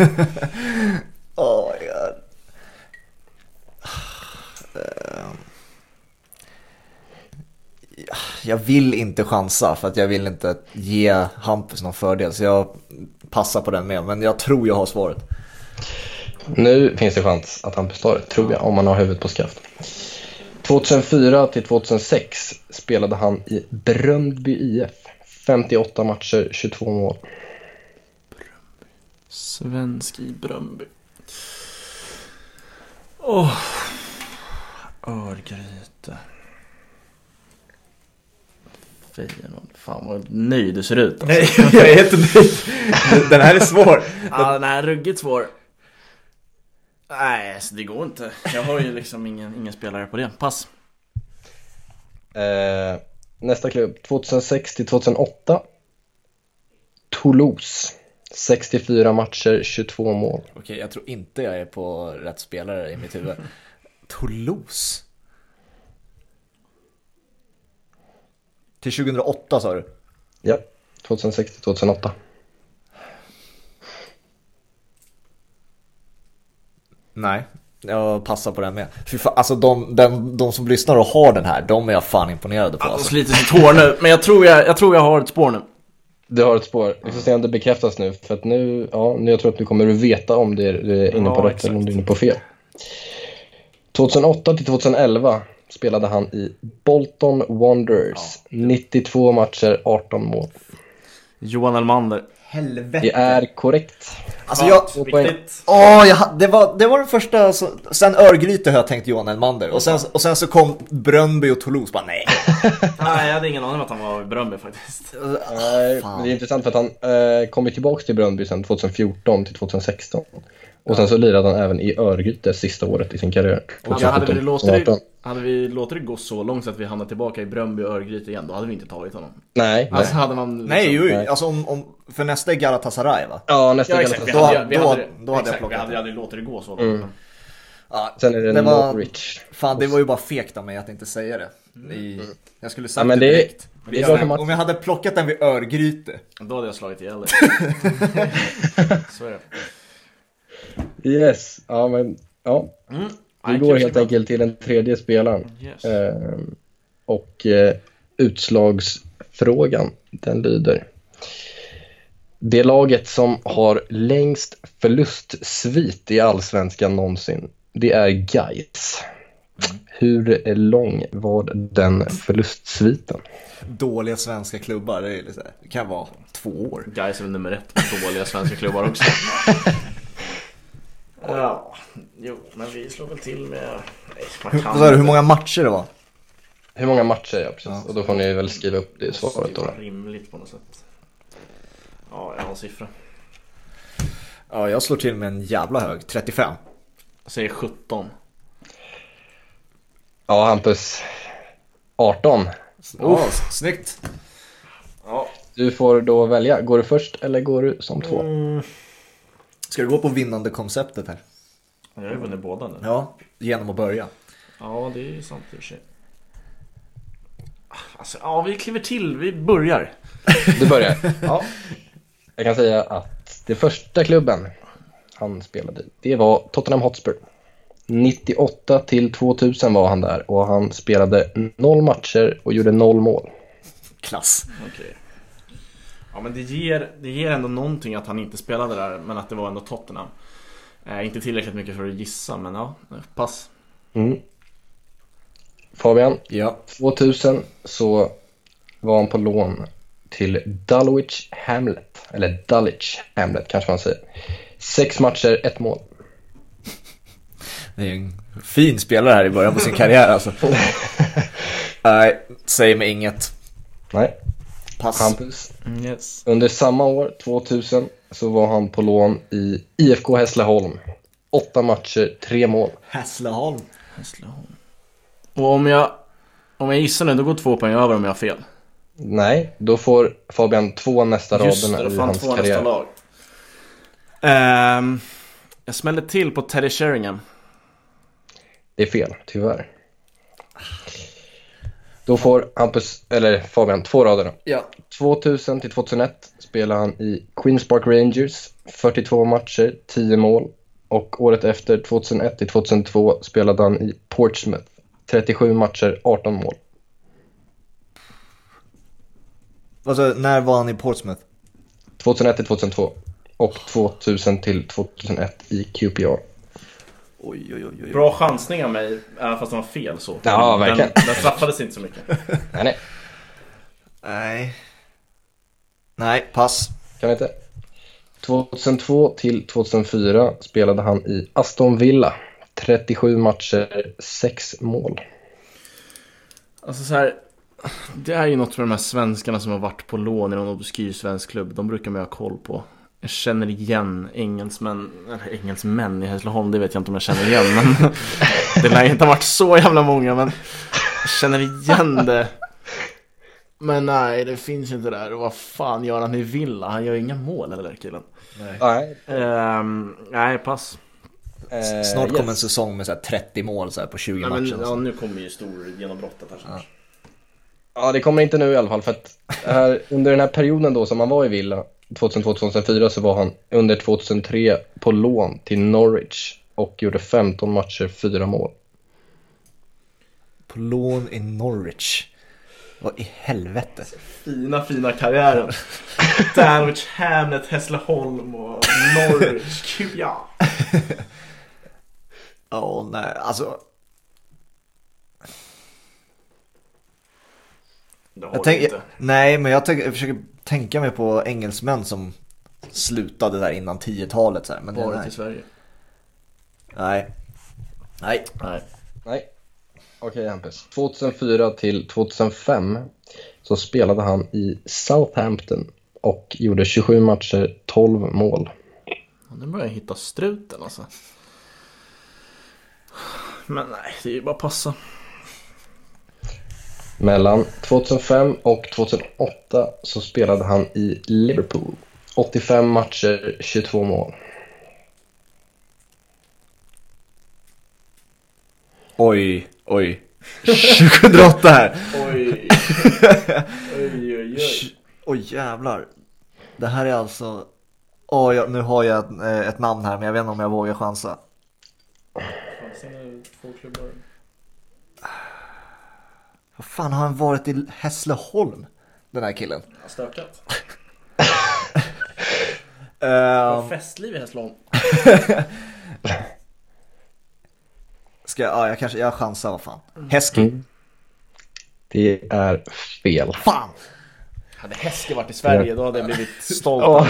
Oh my god. Jag vill inte chansa för att jag vill inte ge Hampus någon fördel, så jag passar på den med, men jag tror jag har svaret. Nu finns det chans att Hampus tar det, tror jag, om man har huvudet på skaft. 2004 till 2006 spelade han i Bröndby IF. 58 matcher, 22 mål. Svensk i Bröndby. Örgryte. Fan vad nöjd du ser ut alltså. Nej, jag är helt nöjd. Den här är svår. Ja, den här är ruggigt svår. Nej, alltså det går inte. Jag har ju liksom ingen spelare på det. Pass. Nästa klubb, 2006 till 2008. Toulouse. 64 matcher, 22 mål. Okej, jag tror inte jag är på rätt spelare i mitt huvud. Toulouse. Till 2008 sa du? Ja, 2006-2008. Nej, jag passar på den med. Fy fan, alltså de som lyssnar och har den här, de är jag fan imponerade på. De Alltså. sliter sitt hår nu, men jag tror jag har ett spår nu. Du har ett spår. Vi får se om det bekräftas nu. För att nu jag tror att du kommer att veta om du är inne på rätt eller om du är inne på fel. 2008-2011 spelade han i Bolton Wanderers. 92 matcher, 18 mål. Johan Elmander. Helvete. Det är korrekt. Alltså jag... det var den första, alltså, sen Örgryte har jag tänkt Johan Elmander. Och sen så kom Bröndby och Toulouse. Bara nej. Nej, jag hade ingen aning om att han var i Bröndby faktiskt. Det är intressant för att han kom ju till Bröndby sen 2014 till 2016. Och sen så lirade han även i Örgryte sista året i sin karriär. Hade vi låtit det gå så långt så att vi hamnade tillbaka i Bröndby och Örgryte igen, då hade vi inte tagit honom. Nej. Alltså hade man liksom... Nej. Alltså för nästa är Galatasaray, va? Ja, nästa är Galatasaray. Då hade jag plockat. Vi hade aldrig låtit det gå så långt. Ja, sen är det Norwich. Fan, det var ju bara fekt av mig att inte säga det. Jag skulle sagt men det direkt. Om jag hade plockat den vid Örgryte, då hade jag slagit ihjäl det. Så är det. Yes, vi går helt enkelt till den tredje spelaren. Yes. Och utslagsfrågan, den lyder: det laget som har längst förlustsvit i allsvenskan någonsin, det är Gais. Hur lång var den förlustsviten? dåliga svenska klubbar, det kan vara 2 år. Gais är väl nummer 1 på dåliga svenska klubbar också. Ja, jo, men vi slår väl till med... Hur många matcher det var? Hur många matcher, ja, precis. Ja. Och då får ni väl skriva upp det svaret då. Rimligt på något sätt. Ja, jag har en siffra. Ja, jag slår till med en jävla hög, 35. Jag säger 17. Ja, Hampus, 18. Snyggt. Ja. Du får då välja, går du först eller går du som 2? Ska du gå på vinnande konceptet här? Jag har ju vunnit båda nu. Ja, genom att börja. Ja, det är ju sant i och för sig. Alltså, ja, vi kliver till, vi börjar. Du börjar. Ja. Jag kan säga att det första klubben han spelade i, det var Tottenham Hotspur. 98 till 2000 var han där och han spelade 0 matcher och gjorde 0 mål. Klass. Okej. Ja, men det ger ändå någonting att han inte spelade där, men att det var ändå Tottenham. Inte tillräckligt mycket för att gissa, men ja, pass. Fabian, Ja. 2000 så var han på lån till Dulwich Hamlet, eller Dulwich Hamlet kanske man säger. 6 matcher, 1 mål. Det är en fin spelare här i början på sin karriär alltså. Nej, säg mig inget. Nej. Pass. Hampus. Yes. Under samma år, 2000, så var han på lån i IFK Hässleholm. 8 matcher, 3 mål. Hässleholm. Och om jag gissar nu, då går 2 poäng över om jag har fel. Nej, då får Fabian 2 nästa raderna i hans två karriär. nästa lag. Jag smällde till på Teddy Sheringham. Det är fel, tyvärr. Då får Hampus, eller Fabian, 2 rader då. Ja. 2000 till 2001 spelade han i Queens Park Rangers. 42 matcher, 10 mål. Och året efter, 2001 till 2002, spelade han i Portsmouth. 37 matcher, 18 mål. Alltså, när var han i Portsmouth? 2001 till 2002. Och 2000 till 2001 i QPR. Oj. Bra chansning av mig, även fast det var fel så. Ja, verkligen. Den straffades inte så mycket. Nej, pass. Kan inte. 2002 till 2004 spelade han i Aston Villa. 37 matcher, 6 mål. Alltså så här, det är ju något med de här svenskarna som har varit på lån i någon obskyr svensk klubb. De brukar man ha koll på. Jag känner igen engelsmän i Hässleholm, det vet jag inte om jag känner igen, men det lär inte ha varit så jävla många, men jag känner igen det. Men nej, det finns inte där. Och vad fan gör han i Villa? Han gör inga mål eller killen. Nej. Nej, pass. Snart kommer en säsong med så här 30 mål så här på 20 matcher. Men, ja, nu kommer ju stor genombrottet här snart. Ja, det kommer inte nu i alla fall, för att under den här perioden då som han var i Villa 2002-2004 så var han under 2003 på lån till Norwich och gjorde 15 matcher, 4 mål. På lån i Norwich. Vad i helvete? Fina karriären. Danwich, Hamlet, Hässleholm och Norwich. Ja. Nej, alltså nej, men jag försöker tänka mig på engelsmän som slutade där innan 10-talet så här, men varit i Sverige. Nej. Okej, Hampus. 2004 till 2005 så spelade han i Southampton och gjorde 27 matcher, 12 mål. Nu börjar jag hitta struten alltså. Men nej, det är ju bara passa. Mellan 2005 och 2008 så spelade han i Liverpool. 85 matcher, 22 mål. Oj. 28 här. Oj. Oj jävlar. Det här är alltså nu har jag ett namn här, men jag vet inte om jag vågar chansa. Vad fan har han varit i Hässleholm, den här killen? Stökat. Festliv i Hässleholm. Jag chansar, vad fan. Häski. Det är fel. Fan. Hade Häski varit i Sverige då hade jag blivit stolt.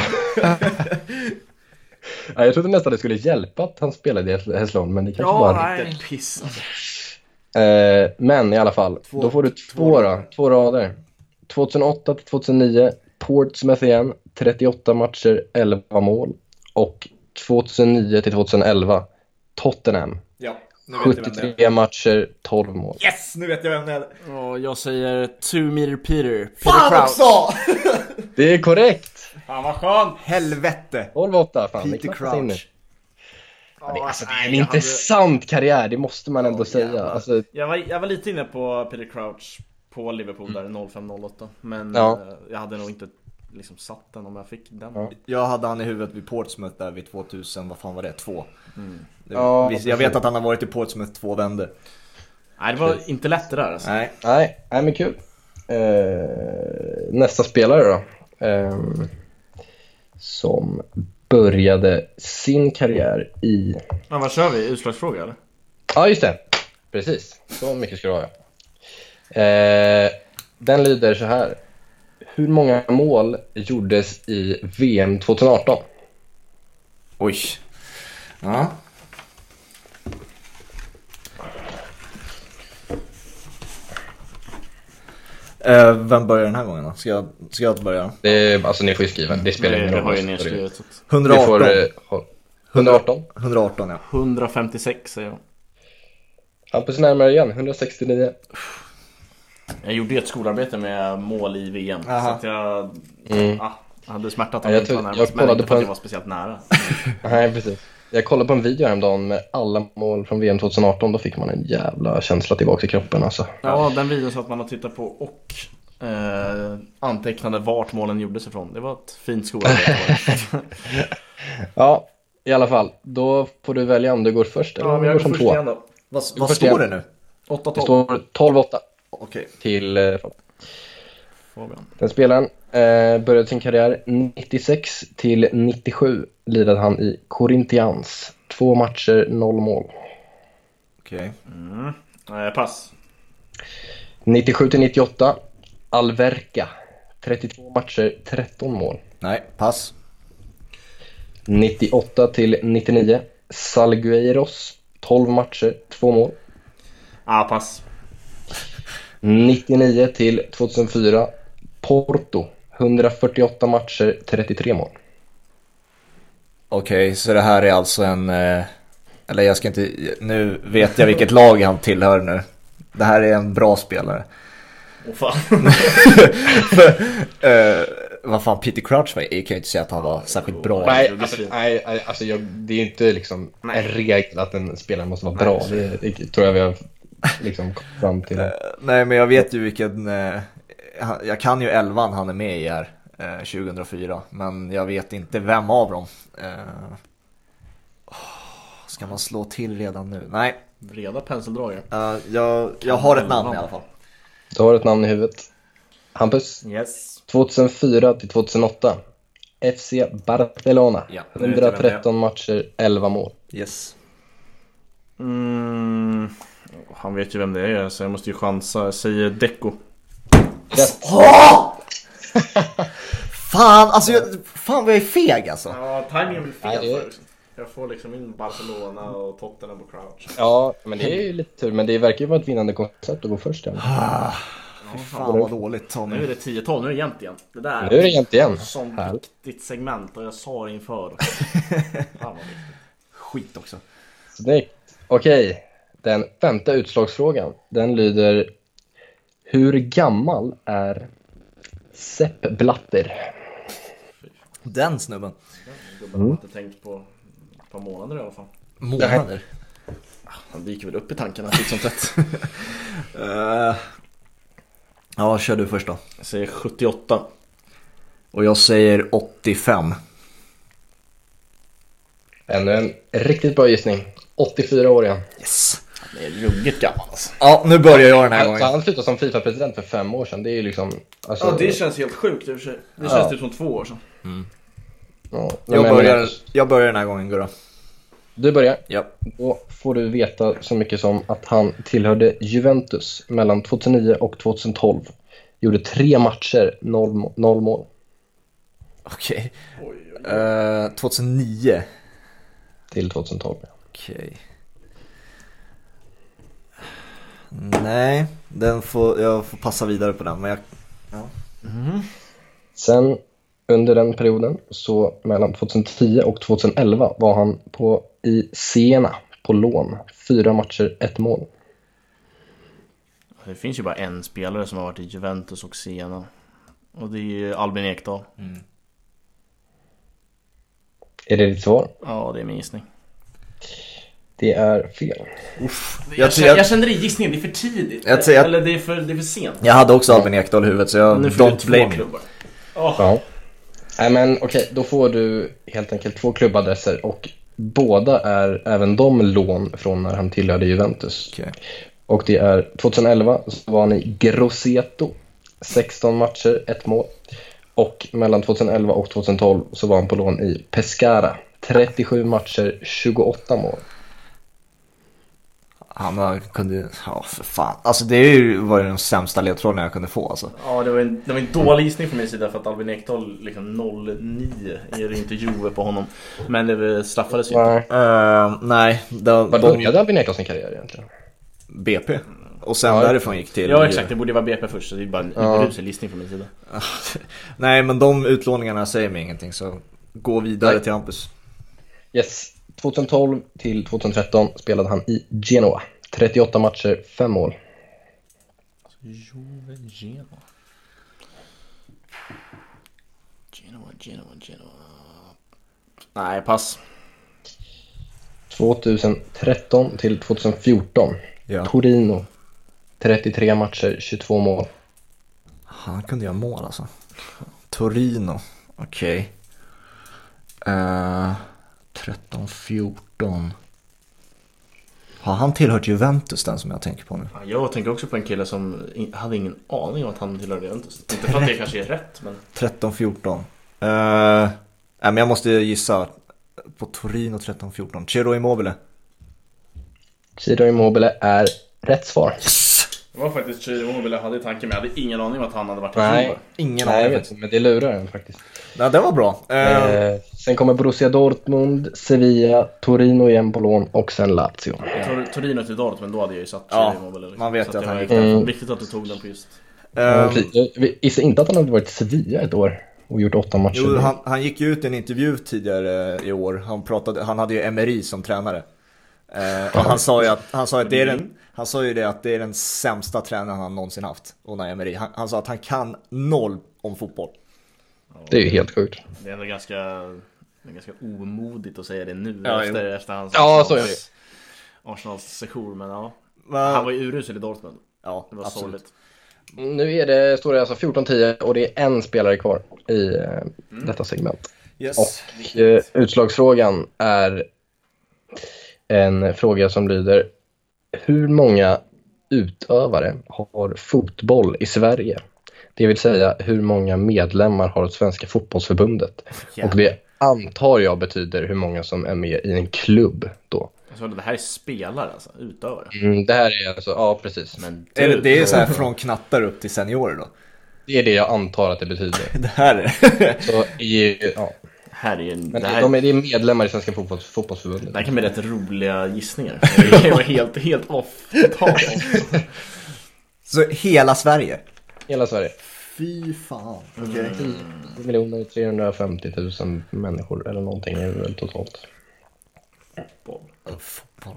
Ja, jag trodde nästan det skulle hjälpa att han spelade i Hässleholm, men det kanske var inte piss. men i alla fall, då får du två rader. 2008 till 2009 Portsmouth igen, 38 matcher, 11 mål. Och 2009 till 2011 Tottenham. Ja, 73 matcher, 12 mål. Yes, nu vet jag vem det är. Jag säger 2 meter Peter Fan också! Det är korrekt. Fan vad skönt. Helvete. 12-8, fan. Peter Crouch. Det är en intressant karriär, det måste man ändå säga. Alltså, jag var lite inne på Peter Crouch på Liverpool där 05-08. Men jag hade nog inte liksom satt den om jag fick den. Ja. Jag hade han i huvudet vid Portsmouth där vid 2000, vad fan var det? 2. Jag vet att han har varit i Portsmouth 2 vänder. Nej, det var inte lätt det där alltså. Nej, men kul. Nästa spelare då. Som började sin karriär i... Ja, vad kör vi? Utslagsfråga eller? Ja, just det. Precis. Så mycket ska du ha. Den lyder så här. Hur många mål gjordes i VM 2018? Oj. Ja. Vem börjar den här gången då? Ska jag börja? Alltså ni får ju skriva. Det spelar ingen roll. Det har ju nedskrivet. 118. 118? 118, ja. 156 säger jag. Hampus närmare igen. 169. Jag gjorde ett skolarbete med mål i VM. Så att jag hade smärtat om jag kollade på att jag var speciellt nära. Nej, precis. Jag kollade på en video häromdagen med alla mål från VM 2018. Då fick man en jävla känsla tillbaka i kroppen alltså. Ja, den videon så att man har tittat på och antecknade vart målen gjordes ifrån. Det var ett fint skolarbete. Ja, i alla fall. Då får du välja om du går först eller om du går som två. Vad står det nu? 8-12. Det står 12-8. Okej. Till Fabian. Den spelaren började sin karriär 96 till 97 lirade han i Corinthians. 2 matcher, 0 mål. Okej. Pass. 97 till 98 Alverca. 32 matcher, 13 mål. Nej, pass. 98 till 99 Salgueiros. 12 matcher, 2 mål. Pass. 99 till 2004 Porto. 148 matcher, 33 mål. Okej, så det här är alltså en... Eller jag ska inte... Nu vet jag vilket lag han tillhör nu. Det här är en bra spelare. fan. Vad fan, Peter Crouch var, jag kan ju inte säga att han var särskilt bra. Nej, det är ju inte liksom en regel att en spelare måste vara bra. Det tror jag vi har liksom kommit fram till. Nej, men jag vet ju vilken... jag kan ju 11 han är med i här 2004. Men jag vet inte vem av dem. Ska man slå till redan nu? Nej. Vreda penseldragare. Jag har ett namn i alla fall. Du har ett namn i huvudet. Hampus? Yes. 2004 till 2008. FC Barcelona. Ja, 113 matcher, 11 mål. Yes. Han vet ju vem det är, så jag måste ju chansa. Jag säger Deco. Rätt. Fan, alltså fan vad jag är feg alltså. Ja, timingen blir fel Nej, för. Jag får liksom in Barcelona och Tottenham och Crouch. Ja, men det är ju lite tur. Men det verkar ju vara ett vinnande koncept att gå först. Fan vad dåligt, Tommy. Nu är det 10-12, nu är det jämnt igen. Det där Nu är det jämnt igen. Sånt Här. viktigt segment och jag sa det inför. Fan vad viktigt. Skit också. Snyggt. Okej, den femte utslagsfrågan. Den lyder: hur gammal är Sepp Blatter? Den snubben. Gubben har inte tänkt på ett par månader i alla fall. Månader. Han dyker väl upp i tankarna titt som tätt. Ja, kör du först då. Jag säger 78. Och jag säger 85. Ännu en riktigt bra gissning. 84 år igen. Yes. Det är ruggigt gammal alltså. Ja, nu börjar jag den här Så gången. han slutade som FIFA-president för 5 år sedan. Det är ju liksom... Alltså, Ja, det känns helt sjukt i och för sig. Det känns typ som 2 år sedan. ja, Jag börjar den här gången, Gurra. Du börjar. Ja. Då får du veta så mycket som att han tillhörde Juventus mellan 2009 och 2012. Gjorde 3 matcher, 0 mål. Okej. Oj. 2009. Till 2012. Okej. Nej, jag får passa vidare på den. Men jag... Sen under den perioden, så mellan 2010 och 2011, var han i Siena på lån. 4 matcher, 1 mål. Det finns ju bara en spelare som har varit i Juventus och Siena. Och det är ju Albin Ekdal. Är det ditt svar? Ja, det är min gissning. Det är fel. Jag kände det i gissningen, det är för tidigt. Eller det är för sent. Jag hade också Albin Ekdal i huvudet, så jag Nu får du don't 2 blame me. klubbar. Ja. Nej, men okej, då får du helt enkelt 2 klubbadresser och båda är även de lån från när han tillhörde Juventus. Okej. Och det är 2011 så var han i Grosseto, 16 matcher, 1 mål. Och mellan 2011 och 2012 så var han på lån i Pescara, 37 matcher, 28 mål. Han kunde... Ja, för fan. Alltså det var ju den sämsta ledtråden jag kunde få, alltså. Ja, det var en dålig gissning från min sida för att Albin Ekdal liksom 09 är det inte Juve på honom. Men det straffades ju inte. Nej. Var började Albin Ekdal sin karriär egentligen? BP. Och sen därifrån gick till... Ja, exakt. Det borde vara BP först. Så det är bara en rusig listning från min sida. Nej, men de utlåningarna säger mig ingenting. Så gå vidare till Hampus. Yes. 2012 till 2013 spelade han i Genoa. 38 matcher, 5 mål. Genoa. 'Nej, pass. 2013 till 2014. Ja. Torino. 33 matcher, 22 mål. Han kunde göra mål, alltså. Torino. Okej. 13-14. Har han tillhört Juventus, den som jag tänker på nu? Ja, jag tänker också på en kille som hade ingen aning om att han tillhörde Juventus. Inte för att det kanske är rätt, men... 13-14. Men jag måste gissa på Torino 13-14. Ciro Immobile. Ciro Immobile är rätt svar. Det var faktiskt Ciro Immobile jag hade i tanken, men jag hade ingen aning om att han hade varit i Nej, Juve. Ingen Nej, jag aning. vet, men det lurar den faktiskt. Nej, det var bra. Sen kommer Borussia Dortmund, Sevilla, Torino igen på lån och sen Lazio. Torino till Dortmund, men då hade jag ju satt Ja, Ciro Immobile. Liksom. man vet Så ju att det han var gick ju viktigt att du tog den på just. Jag gissar inte att han hade varit i Sevilla ett år och gjort 8 matcher. Jo, han gick ju ut i en intervju tidigare i år. Han hade ju Emery som tränare. Och han sa ju att det är den sämsta tränaren han någonsin haft, Unai Emery. Han sa att han kan 0 om fotboll. Det är ju helt sjukt. Det är ändå ganska omodigt att säga det nu efter hans Arsenals session, men han var ju urusel i Dortmund. Ja, det var absolut. sorgligt. Nu står det alltså 14-10 och det är en spelare kvar i detta segment. Yes. Och utslagsfrågan är en fråga som lyder: hur många utövare har fotboll i Sverige? Det vill säga, hur många medlemmar har Svenska fotbollsförbundet? Yeah. Och det antar jag betyder hur många som är med i en klubb då. Alltså det här är spelare, alltså utövare. Det här är alltså, ja precis. Men det är så här från knattar upp till seniorer då? Det är det jag antar att det betyder. Det här är... Så, ja. Här är men det är medlemmar i Svenska fotbollsförbundet. Det här kan bli rätt roliga gissningar. Det var helt off. Så hela Sverige? Hela Sverige. Fy fan. Okay. 10 350 000 människor eller någonting är väl totalt. Fotboll.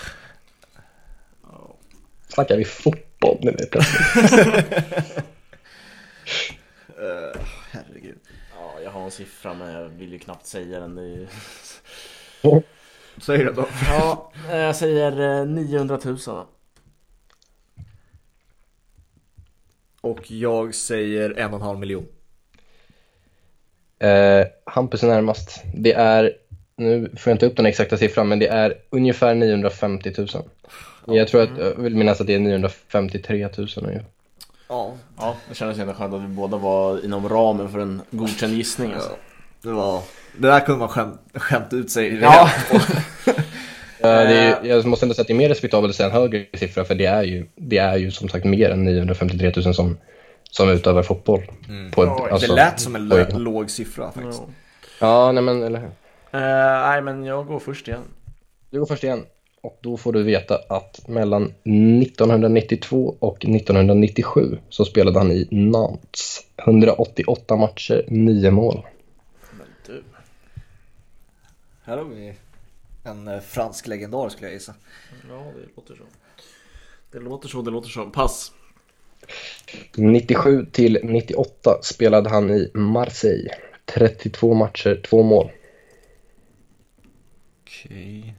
Snackar vi fotboll nu plötsligt? Herregud. Ja, jag har en siffra men jag vill ju knappt säga den. Det är... Säg det då. Ja, jag säger 900 000. Och jag säger 1,5 miljon. Hampus är närmast. Det är, nu får jag inte upp den exakta siffran, men det är ungefär 950 000. Jag tror att, jag vill minnas att det är 953 000 nu. Ja, det kändes ändå skönt att vi båda var inom ramen för en godkänd gissning. Alltså. Det där kunde man skämt ut sig. Ja. Jag måste ändå säga att det är mer respektabelt att säga en högre siffra, för det är ju som sagt mer än 953 000 som utövar fotboll. Det lät som en låg siffra faktiskt. Ja, nej men eller hur? Nej, men jag går först igen. Du går först igen. Och då får du veta att mellan 1992 och 1997 så spelade han i Nantes. 188 matcher, 9 mål. Men du. Här har vi en fransk legendar skulle jag gissa. Ja, det låter så. Pass. 97 till 98 spelade han i Marseille. 32 matcher, 2 mål. Okej.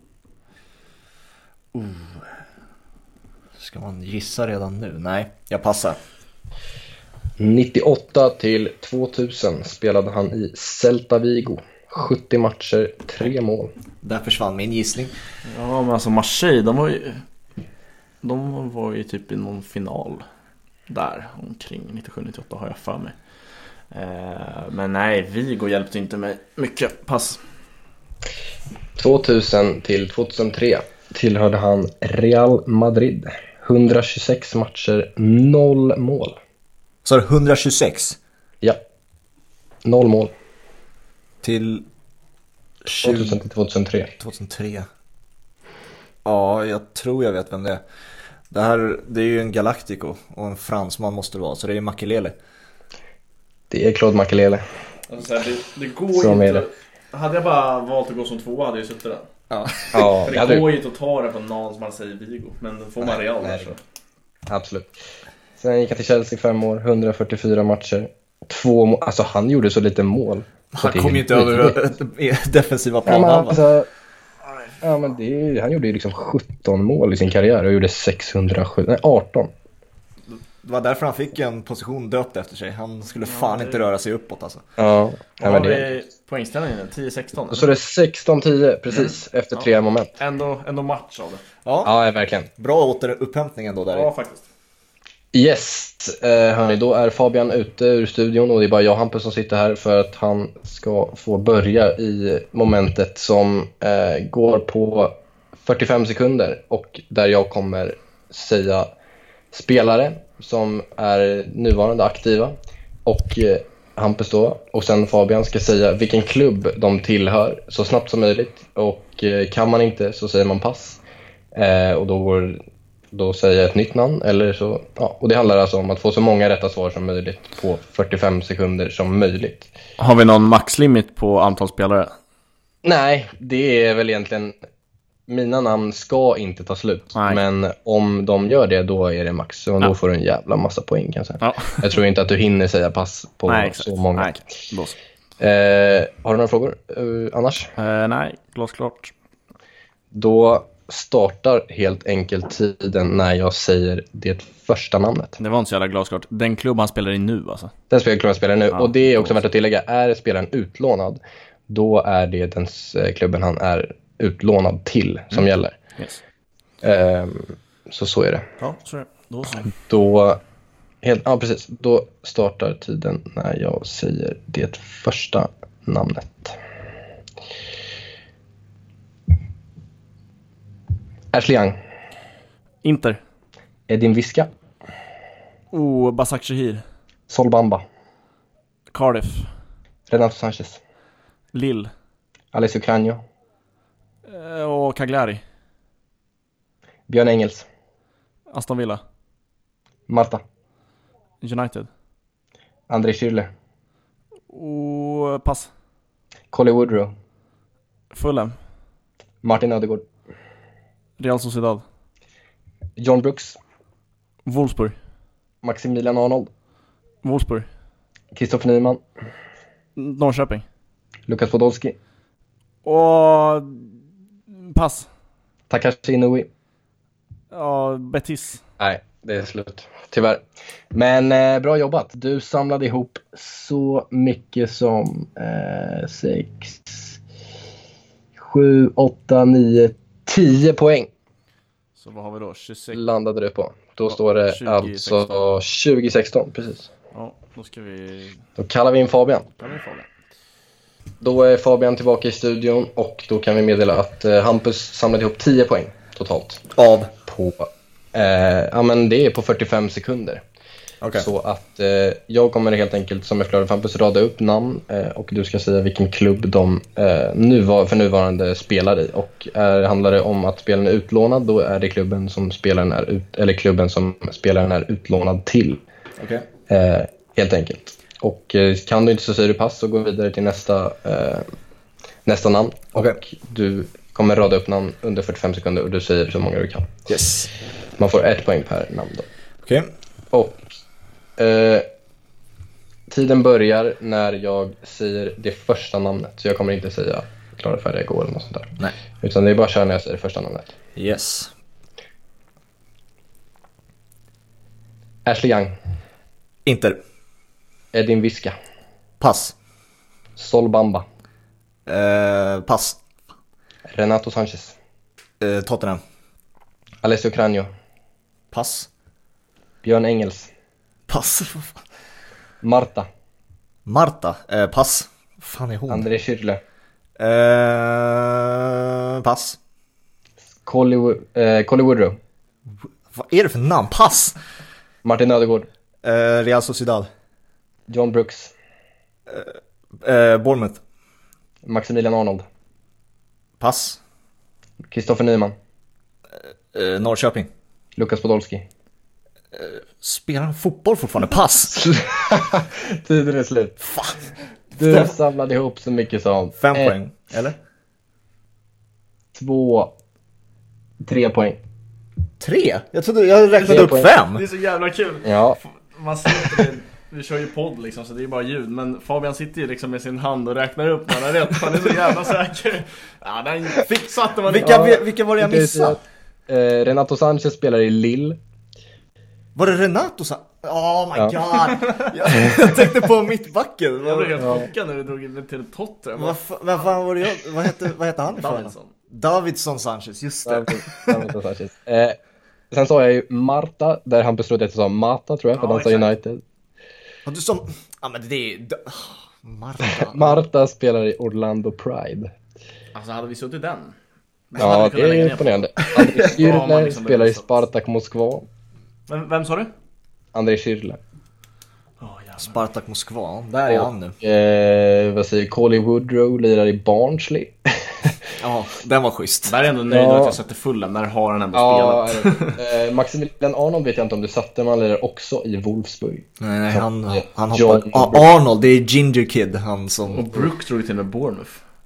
Ska man gissa redan nu? Nej, jag passar. 98 till 2000 spelade han i Celta Vigo. 70 matcher, 3 mål. Där försvann min gissning. Ja, men alltså Marseille, de var ju typ i någon final där omkring 97-98 har jag för mig. Men nej, Vigo hjälpte inte mig mycket. Pass. 2000 till 2003 tillhörde han Real Madrid. 126 matcher, 0 mål. Så 126? Ja. 0 mål. Till 2000 till 2003. 2003. Ja, jag tror jag vet vem det är. Det är ju en Galactico och en fransman måste det vara, så det är Makelele. Det är Claude Makelele. Alltså, det går ju inte. Hade jag bara valt att gå som 2 hade jag suttit där. Ja. För det går ju inte att ta det på Nantes, Marseille, Vigo. Men får man Real där så. Absolut. Sen gick han till Chelsea 5 år, 144 matcher, 2 mål. Alltså han gjorde så lite mål. Han kom ju inte över defensiva planen. Han gjorde ju liksom 17 mål i sin karriär och gjorde 18. Det var därför han fick en position döpt efter sig. Han skulle inte röra sig uppåt alltså. Ja, men det poängställningen 10-16. Så det är 16-10 precis efter 3 moment. Ändå match av det. Ja, verkligen. Bra återupphämtning ändå där. Ja, faktiskt. Yes, hörni, då är Fabian ute ur studion och det är bara jag och Hampus som sitter här för att han ska få börja i momentet som går på 45 sekunder och där jag kommer säga spelare som är nuvarande aktiva och Hampus då, och sen Fabian ska säga vilken klubb de tillhör så snabbt som möjligt, och kan man inte så säger man pass, och då säger jag ett nytt namn eller så, ja, och det handlar alltså om att få så många rätta svar som möjligt på 45 sekunder som möjligt. Har vi någon maxlimit på antal spelare? Nej, det är väl egentligen mina namn ska inte ta slut. Nej. Men om de gör det, då är det max. Så då får du en jävla massa poäng kanske. Ja. Jag tror inte att du hinner säga pass på Nej, så många. Nej, Har du några frågor annars? nej, glasklart. Då startar helt enkelt tiden när jag säger det första namnet. Det var inte så jävla glasklart. Den klubb han spelar i nu alltså. Den klubben spelar nu. Ja, och det är också värt att tillägga. Är spelaren utlånad, då är det den klubben han är utlånad till som gäller. Yes. Så är det. Ja, så är det. Då så. Ja, precis. Då startar tiden när jag säger det första namnet. Ashley Young. Inter. Edin Visca. Basak Shahir. Sol Bamba. Cardiff. Renato Sanchez. Lille. Alessio Cragno. Och Cagliari. Björn Engels. Aston Villa. Marta. United. André Schürrle. Pass. Colly Woodrow. Fulham. Martin Ödegård. Real Sociedad. John Brooks. Wolfsburg. Maximilian Arnold. Wolfsburg. Kristoffer Nyman. Norrköping. Lukas Podolski. Och pass. Takashi Inouye. Ja, Betis. Nej, det är slut. Tyvärr. Men bra jobbat. Du samlade ihop så mycket som 6, 7, 8, 9, 10 poäng. Så vad har vi då? 26. Landade du på. Då står det 2016. alltså 2016, precis. Ja, då ska vi... Då kallar vi in Fabian. Då är Fabian tillbaka i studion och då kan vi meddela att Hampus samlade ihop 10 poäng totalt. Av? På, ja men det är på 45 sekunder. Okay. Så att jag kommer helt enkelt, som jag förklarade för Hampus, rada upp namn och du ska säga vilken klubb de för nuvarande spelar i. Och handlar det om att spelaren är utlånad, då är det klubben som spelaren är utlånad till. Okay. Helt enkelt. Och kan du inte så säger du pass och går vidare till nästa namn. Okay. Och du kommer rada upp namn under 45 sekunder och du säger så många du kan. Yes. Man får 1 poäng per namn då. Okej. Okay. Och tiden börjar när jag säger det första namnet. Så jag kommer inte säga klara, färdiga, gå eller något sånt där. Nej. Utan det är bara att köra när jag säger det första namnet. Yes. Ashley Young. Inter. Edin Visca. Pass. Sol Bamba. Pass. Renato Sanchez. Tottenham. Alessio Cragno. Pass. Björn Engels. Pass. Marta. Pass. Fan är hon? André Schürrle. Pass. Colly Woodrow. Vad är det för namn? Pass. Martin Ödegård. Real Sociedad. John Brooks. Bournemouth. Maximilian Arnold. Pass. Kristoffer Nyman. Norrköping. Lukas Podolski. Spelar han fotboll fortfarande? Pass. Tiden är slut. Fan. Du samlade ihop så mycket som 5 poäng, eller? 2, 3 poäng. 3? Jag trodde jag räknade upp 5. Det är så jävla kul. Ja. Man sitter det, vi kör ju podd liksom, så det är bara ljud. Men Fabian sitter ju liksom med sin hand och räknar upp. Han är rätt, han är så jävla säker. Ja, den satte man. Vilka var det jag missade? Renato Sanchez spelar i Lille. Var det Renato Sanchez? Oh my god. Jag tänkte på mittbacken. Jag blev helt chockad när du drog in till Tottenham. Vad fan var det? Vad hette han? Davidson Sanchez, just det. Davidson Sanchez. Sen sa jag ju Marta, där han beslöt att sa Marta, tror jag, för dansa United. Och du som... Ja, men det är... Marta spelar i Orlando Pride. Alltså, hade vi suttit den? Ja, det är imponerande. André Schürrle spelar i Spartak Moskva. Vem sa du? André Schürrle. Spartak Moskva, där är han nu. Vad säger Colly Woodrow lirar i Barnsley. Ja, den var schysst. Där är ändå nöjd att jag sätter fullen. Där har han ändå spelat. Maximilian Arnold vet jag inte om du satte, man lirar också i Wolfsburg. Nej, han hoppar. Arnold, det är Ginger Kid, han som... Och Brooks drog till med Bournemouth.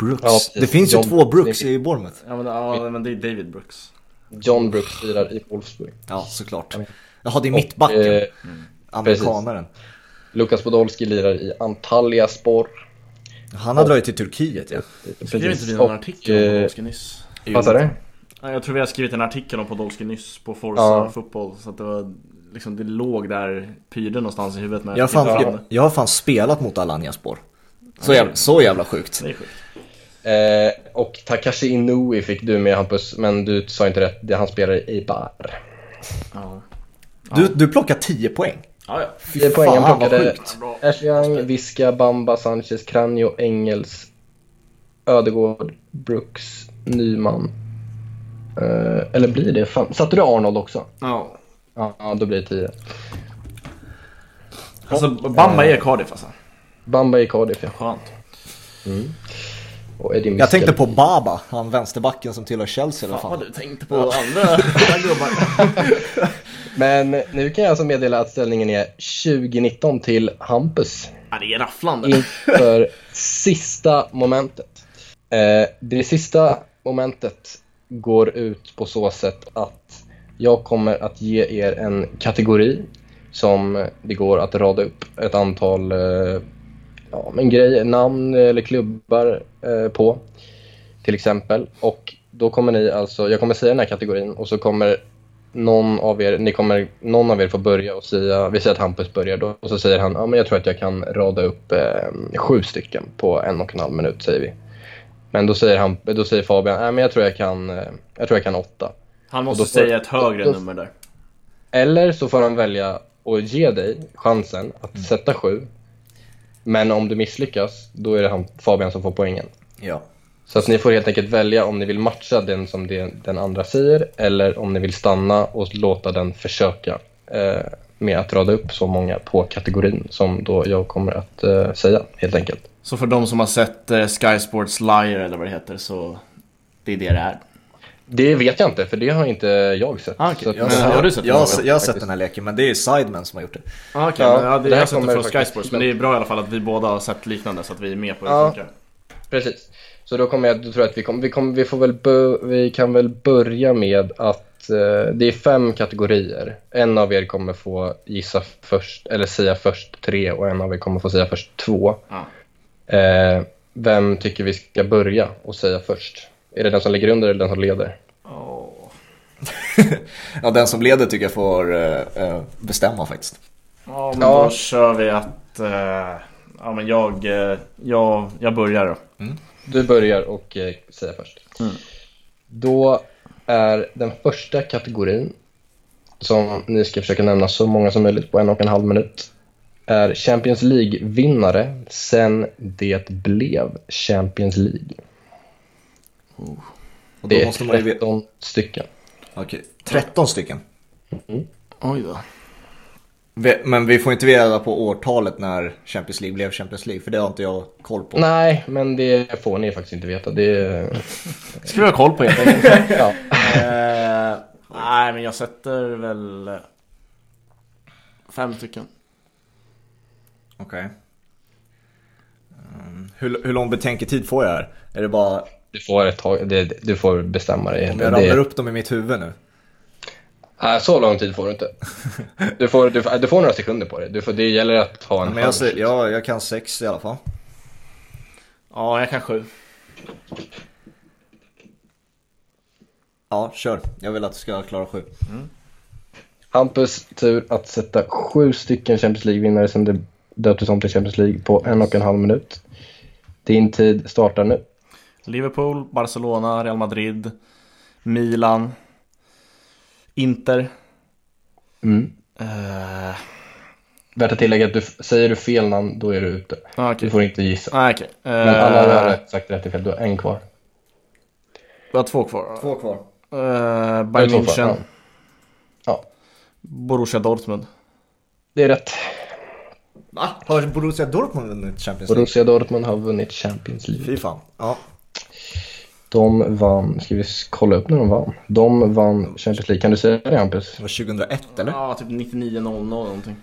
Brooks. Ja, det finns John ju 2 Brooks i Bournemouth. Ja, men det är David Brooks. John Brooks lirar i Wolfsburg. Ja, såklart. Jaha, det är mittbacken. Amerikanaren. Lukas Podolski lirar i Antalyaspor. Han har dragit till Turkiet, ja. Skrev inte vi någon artikel om Podolski nyss? Vad sa du? Jag tror vi har skrivit en artikel om Podolski nyss på Forza Football. Så att det var liksom, det låg där pyrde någonstans i huvudet med. Jag har fan spelat mot Alanyaspor. Så jävla sjukt. Det är sjukt. Och Takashi Inoue fick du med, Hampus, men du sa inte rätt. Han spelar i Eibar. Ja. Du plockar 10 poäng. Ja. 10 poäng. Han vad plockade sjukt. Ashley Young, Visca, Bamba, Sanchez, Kranjo, Engels, Ödegård, Brooks, Nyman. Eller blir det? Satte du Arnold också? Ja. Ja, då blir det 10. Alltså Bamba är Cardiff alltså. Bamba i Cardiff, ja. Skönt. Och Eddie Jag tänkte på Baba, han vänsterbacken som tillhör Chelsea i alla Fan fall. vad du tänkte på andra gubbar. Men nu kan jag alltså meddela att ställningen är 2019 till Hampus. Ja, det är rafflande. Inför sista momentet. Det sista momentet går ut på så sätt att jag kommer att ge er en kategori som det går att rada upp ett antal grejer, namn eller klubbar på till exempel. Och då kommer ni alltså, jag kommer säga den här kategorin och så kommer någon av er få börja och säga, vi säger att Hampus börjar då, och så säger han, men jag tror att jag kan rada upp 7 stycken på 1,5 minut, säger vi. Men då säger Fabian, men jag tror jag kan 8. Han måste säga ett högre nummer där. Eller så får han välja och ge dig chansen att sätta 7. Men om du misslyckas, då är det Fabian som får poängen. Ja. Så att ni får helt enkelt välja om ni vill matcha den som den andra säger, eller om ni vill stanna och låta den försöka med att rada upp så många på kategorin som då jag kommer att säga, helt enkelt. Så för de som har sett Sky Sports Liar eller vad det heter, så det är det är. Det vet jag inte, för det har inte jag sett. Okay. Så att, jag har sett den här leken, men det är Sidemen som har gjort det. Okay. Jag har sett det från Sky Sports, men det är bra i alla fall att vi båda har sett liknande så att vi är med på hur det funkar. Precis. Så då tror jag att vi kan väl börja med att det är 5 kategorier. En av er kommer få gissa först, eller säga först 3, och en av er kommer få säga först 2. Vem tycker vi ska börja och säga först? Är det den som ligger under eller den som leder? Ja, den som leder tycker jag får bestämma faktiskt. Ja, men då kör vi att men jag börjar då. Du börjar och säger först. Då är den första kategorin, som ni ska försöka nämna så många som möjligt på 1,5 minut, är Champions League-vinnare sen det blev Champions League. Och då det är måste man 13 stycken. Okej, 13 stycken. Oj då. Men vi får inte veta på årtalet när Champions League blev Champions League, för det har inte jag koll på. Nej, men det får ni faktiskt inte veta. Ska vi ha koll på helt enkelt? Ja. Nej, men jag sätter väl 5 stycken. Okej. Hur lång betänketid får jag här? Är det bara... Du får ett tag, du får bestämma dig. Om jag ramlar upp dem i mitt huvud nu? Nej, så lång tid får du inte. Du får några sekunder på dig. Det gäller att ha en... Men jag kan 6 i alla fall. Ja, jag kan 7. Ja, kör. Jag vill att du ska klara 7. Hampus tur att sätta 7 stycken Champions League-vinnare som det döptes om till Champions League på 1,5 minut. Din tid startar nu. Liverpool, Barcelona, Real Madrid, Milan, Inter. Värt att tillägga att säger du fel namn, då är du ute. Okay. Du får inte gissa. Okay. Men alla har sagt rätt ifall. Du har en kvar. Du har 2 kvar. 2 kvar. Bayern München. Ja. Borussia Dortmund. Det är rätt. Va? Har Borussia Dortmund vunnit Champions League? Borussia Dortmund har vunnit Champions League. Fy fan. Ja. De vann, ska vi kolla upp när de vann. De vann Champions League, kan du säga det, Hampus? Det var 2001 eller? Ja, typ 99-00 någonting.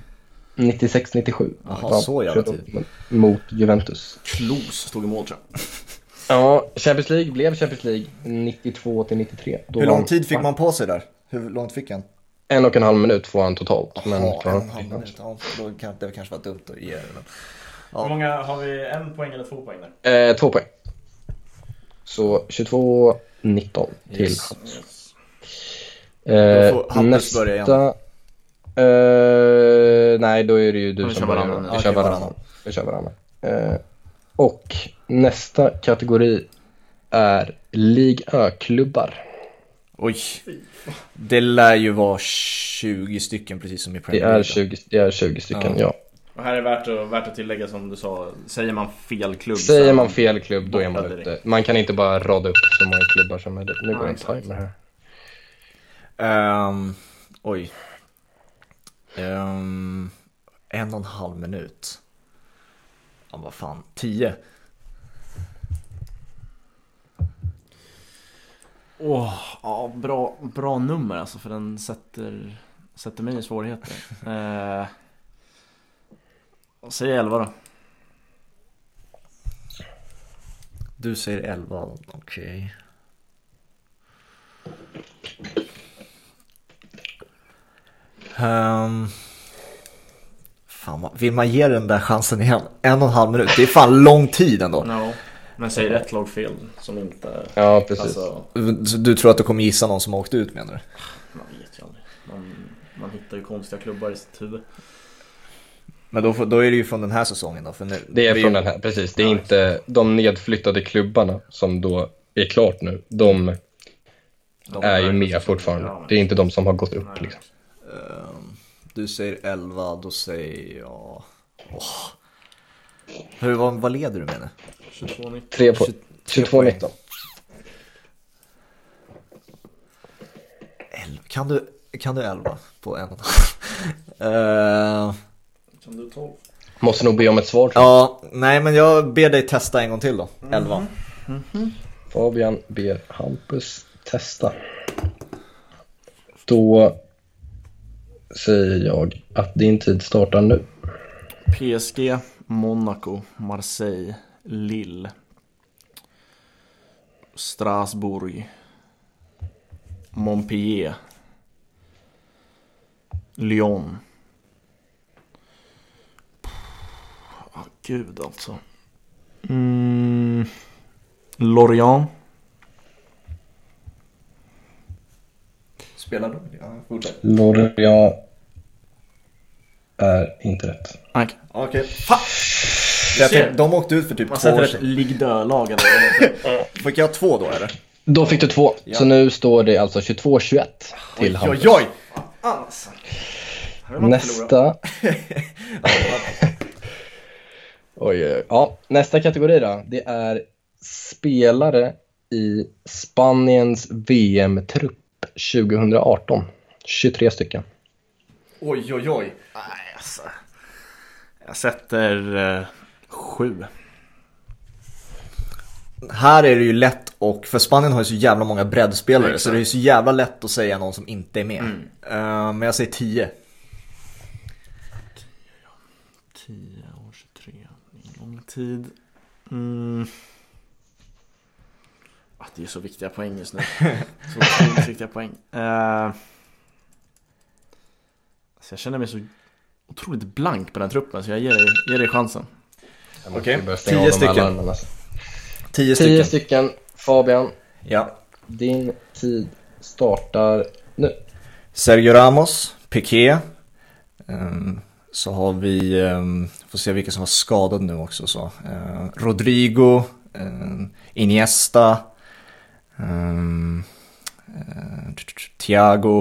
96-97. Jaha, så jävla tid. Mot Juventus. Klos stod i mål, tror jag. Ja, Champions League blev Champions League 92-93. Hur lång tid fick man på sig där? Hur långt fick han? 1,5 minut får han totalt. Jaha, men 1,5 minut. Ja, då kan det kanske vara dumt att ge det. Men... Ja. Hur många har vi? 1 poäng eller 2 poäng där? 2 poäng. Så 22-19 till Yes. Hampus. Då får Hampus börja igen. Nej, då är det ju du vi som kör börjar. varannan. Vi kör varannan. Och nästa kategori är Ligue Ö-klubbar. Oj, det lär ju vara 20 stycken precis som i Premier League. Det är 20 stycken, ja. Och här är värt att tillägga som du sa, säger man fel klubb. Säger man fel klubb, då är man ute. Man kan inte bara rada upp så många klubbar som möjligt. Nu går en timer här. Oj. 1,5 minut. Ja, vad fan, 10. Ja, bra nummer alltså, för den sätter mig i svårigheter. Säg 11 då. Du säger 11, okej. Fan, vill man ge den där chansen igen? 1,5 minut, det är fan lång tid ändå. No. Men säg rätt lag fel som inte... Ja, precis. Alltså... Du tror att du kommer gissa någon som har åkt ut, menar du? Man vet ju aldrig. Man hittar ju konstiga klubbar i sitt huvud. Men då är det ju från den här säsongen då, för nu, det är från den här, precis. Det är inte de nedflyttade klubbarna som då är klart nu. De är ju med fortfarande. Det är inte de som har gått upp liksom. Du säger 11, då säger jag... Vad leder du med nu? 22-19. 22-19. Kan du 11 på en? Kan du 12? Måste nog be om ett svar. Ja, nej, men jag ber dig testa en gång till då. 11. Fabian ber Hampus testa. Då säger jag att din tid startar nu. PSG, Monaco, Marseille, Lille, Strasbourg, Montpellier, Lyon. Gud alltså. Lorient. Spelar du? Ja, fortsätt. Lorient är inte rätt. Okej. De åkte ut för typ 2 år sedan. sedan. Ligue 2-lag. Fick jag 2 då, eller? Då fick du 2. Ja. Så nu står det alltså 22-21 till Hampus. Oj! Alltså. Nästa. Oj. Ja, nästa kategori då. Det är spelare i Spaniens VM-trupp 2018. 23 stycken. Oj. Nej, alltså. Jag sätter 7. Här är det ju lätt, och för Spanien har ju så jävla många breddspelare, så det är ju så jävla lätt att säga någon som inte är med. Men jag säger 10. 10 år, 23. Lång tid. Det är så viktiga poäng just nu. Så viktiga poäng. Så jag känner mig så otroligt blank på den truppen, så jag ger dig chansen. Okej, 10 stycken. 10 stycken. Fabian. Ja. Din tid startar nu. Sergio Ramos, Piqué. Så har vi, får se vilka som var skadade nu också. Så. Rodrigo, Iniesta, Thiago,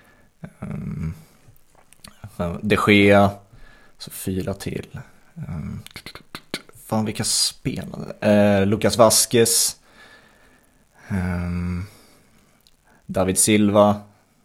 De Gea, så 4 till. Fan, vilka spelade? Lucas Vázquez, David Silva.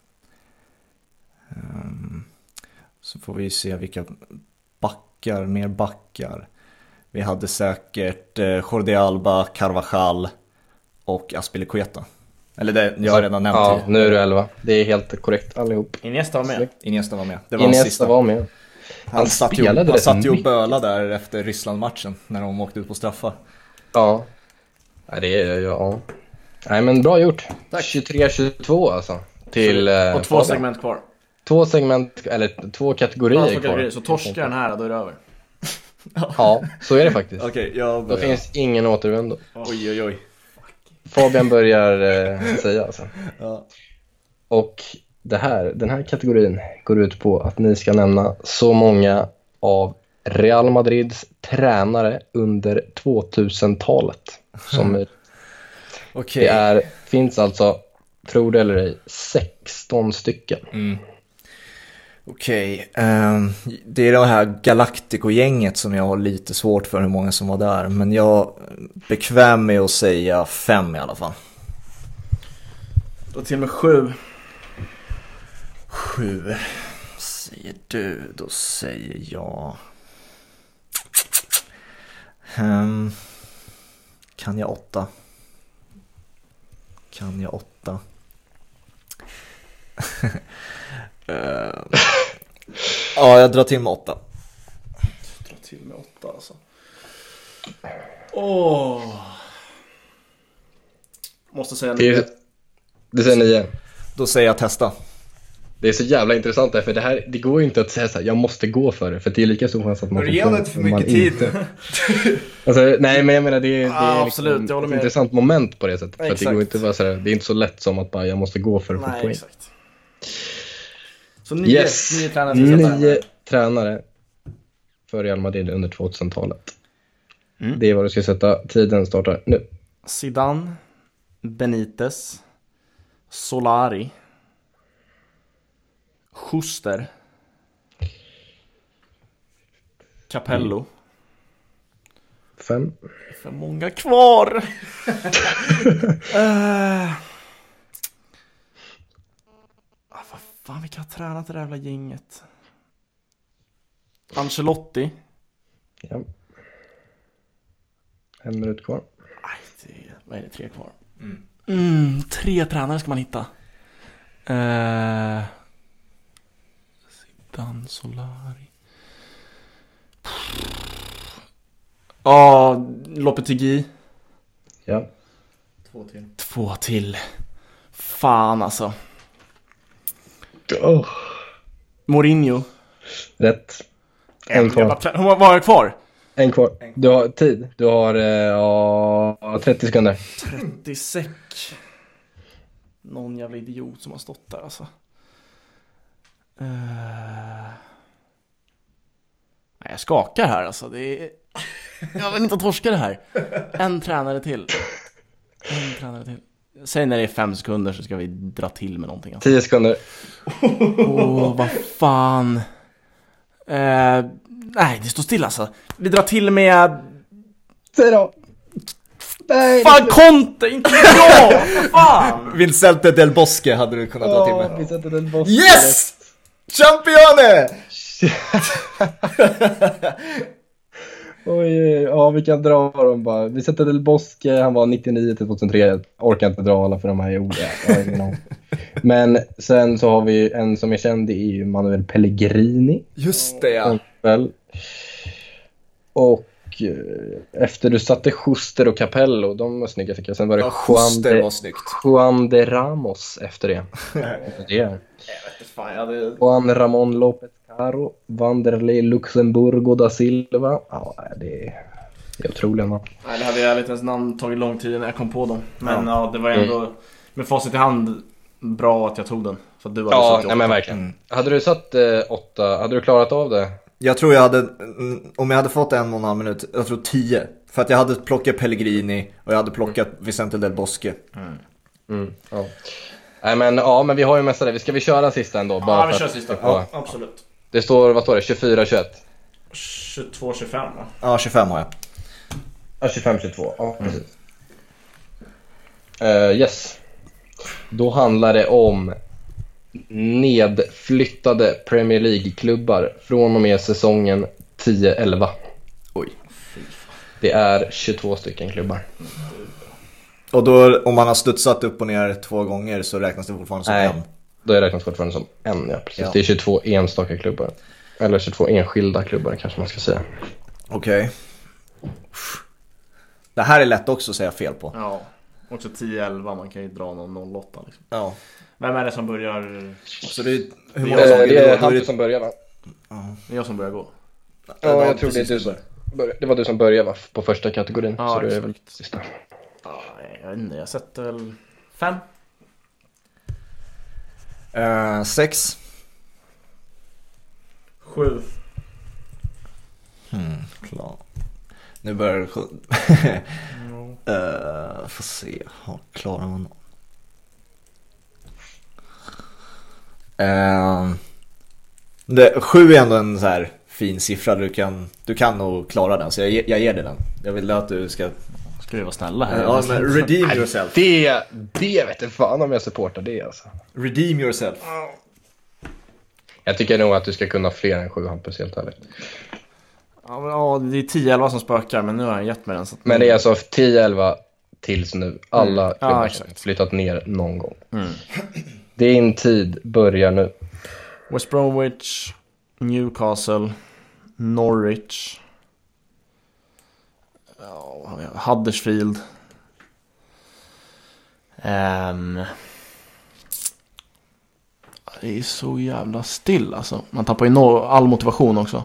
Så får vi se vilka mer backar. Vi hade säkert Jordi Alba, Carvajal och Azpilicueta. Eller det, jag har redan nämnt. Ja, nu är det 11. Det är helt korrekt allihop. Iniesta var med. Det var Iniesta var med. Han satt ju och bölade där efter Ryssland-matchen när de åkte ut på straffar. Ja. Ja, det är ja. Nej, men bra gjort. Tack. 23-22 alltså. Till, och 2 segment kvar. 2 segment, eller 2 kategorier kvar. Så torskar den här, då är det över. Ja, så är det faktiskt. Okej, Då finns ingen återvändo. Oj. Fabian börjar säga alltså. Ja. Och den här kategorin går ut på att ni ska nämna så många av Real Madrids tränare under 2000-talet som möjligt. Okej. Det finns alltså, tror det eller ej, 16 stycken. Okej, det är det här Galactico-gänget som jag har lite svårt för hur många som var där. Men jag är bekväm med att säga 5 i alla fall. Då till och med 7. 7 säger du, då säger jag... Kan jag 8? Ja, jag drar till med 8. Dra till med 8 alltså. Måste säga 9. Du säger 9. Då säger jag testa. Det är så jävla intressant där, för det går ju inte att säga så här, jag måste gå för det, för det är lika stor chans att man får för mycket tid. Alltså, nej, men jag menar det är absolut, liksom jag håller ett med. Intressant moment på det sättet, för att Exakt. det går inte bara så här, det är inte så lätt som att bara jag måste gå för att få Nej, poäng. exakt. Så 9 tränare. 9 tränare för Real Madrid under 2000-talet. Det är vad du ska sätta. Tiden startar nu. Zidane, Benitez, Solari, Schuster, Capello. 5. För många kvar. Vad fan, vilka har tränat det där jävla gänget? Ancelotti. Ja. 1 minut kvar. Vad är det, 3 kvar? 3 tränare ska man hitta. Zidane, Solari. Lopetegui. Ja. 2 till. Fan alltså. Mourinho. Rätt. En kvar. Vad var det kvar? En kvar. Du har tid. Du har 30 sekunder. 30 säck. Någon jävla idiot som har stått där alltså. Nej, jag skakar här alltså. Det är... Jag vill inte torska det här. En tränare till. Säg när det är 5 sekunder så ska vi dra till med någonting alltså. 10 sekunder. Vad fan. Nej, det står still alltså. Vi drar till med... Säg då. Nej, fan, Conte, inte jag! Fan! Vincente del Bosque hade du kunnat dra till med. Vincente del Bosque. Yes! Champione! Oj, ja, vi kan dra dem bara. Vincente del Bosque, han var 99-2003. Orkar inte dra alla för de här är olika. Men sen så har vi en som är känd, det är ju Manuel Pellegrini. Just det, ja. Och efter du satte Schuster och Capello, de var snygga tycker jag. Sen var det Juan de Ramos efter det. Juan Ramon López Caro, Vanderlei Luxemburgo da Silva. Ja, det är otroligt. Nej, det hade jag lite namn tagit lång tid när jag kom på dem. Men ja, det var ändå med facit i hand bra att jag tog den. För att du hade nej, men verkligen. Hade du satt 8, hade du klarat av det? Jag tror jag hade, om jag hade fått 1,5 minut, jag tror 10. För att jag hade plockat Pellegrini och jag hade plockat Vicente del Bosque. Ja. Nej, men vi har ju mest av det. Ska vi köra sista ändå? Ja, vi kör sista. Ja, absolut. Det står, vad står det? 24-21? 22-25 va? Ja, 25 har jag. Ja, 25-22. Ja, precis. Yes. Då handlar det om nedflyttade Premier League-klubbar från och med säsongen 10-11. Oj. Det är 22 stycken klubbar. Och då, om man har studsat upp och ner 2 gånger så räknas det fortfarande som en? Då är det räknas fortfarande som en, ja, precis. Ja. Det är 22 enstaka klubbar. Eller 22 enskilda klubbar kanske man ska säga. Okej. Det här är lätt också att säga fel på. Ja, också 10-11, man kan ju dra någon 08 liksom. Ja. Vem är det som börjar? Så det är, hur många Det slag är det Hampus som börjar, va? Det är jag som börjar gå. Ja, jag tror det är du som börjar. Det var du som började, va? På första kategorin. Ja, så det är exakt. väl sista. Ja, jag vet inte, jag sätter väl 5. 6. 7. Klar. Nu börjar det får se. Klarar man det 7 är ändå en så här fin siffra. Du kan nog klara den. Så jag ger dig den. Jag vill att du ska vara snälla här. ja, men redeem yourself. Det vet jag fan om jag supportar det, alltså. Redeem yourself. Jag tycker nog att du ska kunna fler än 7, Hampus, helt ärligt. Ja, det är 10-11 som spökar, men nu har jag gett mig den. Så Men det är alltså 10-11 tills nu. Alla klubbar Ja, har exakt. flyttat ner någon gång. Din tid börjar nu. West Bromwich, Newcastle, Norwich, Huddersfield, det är så jävla still alltså. Man tappar ju all motivation också.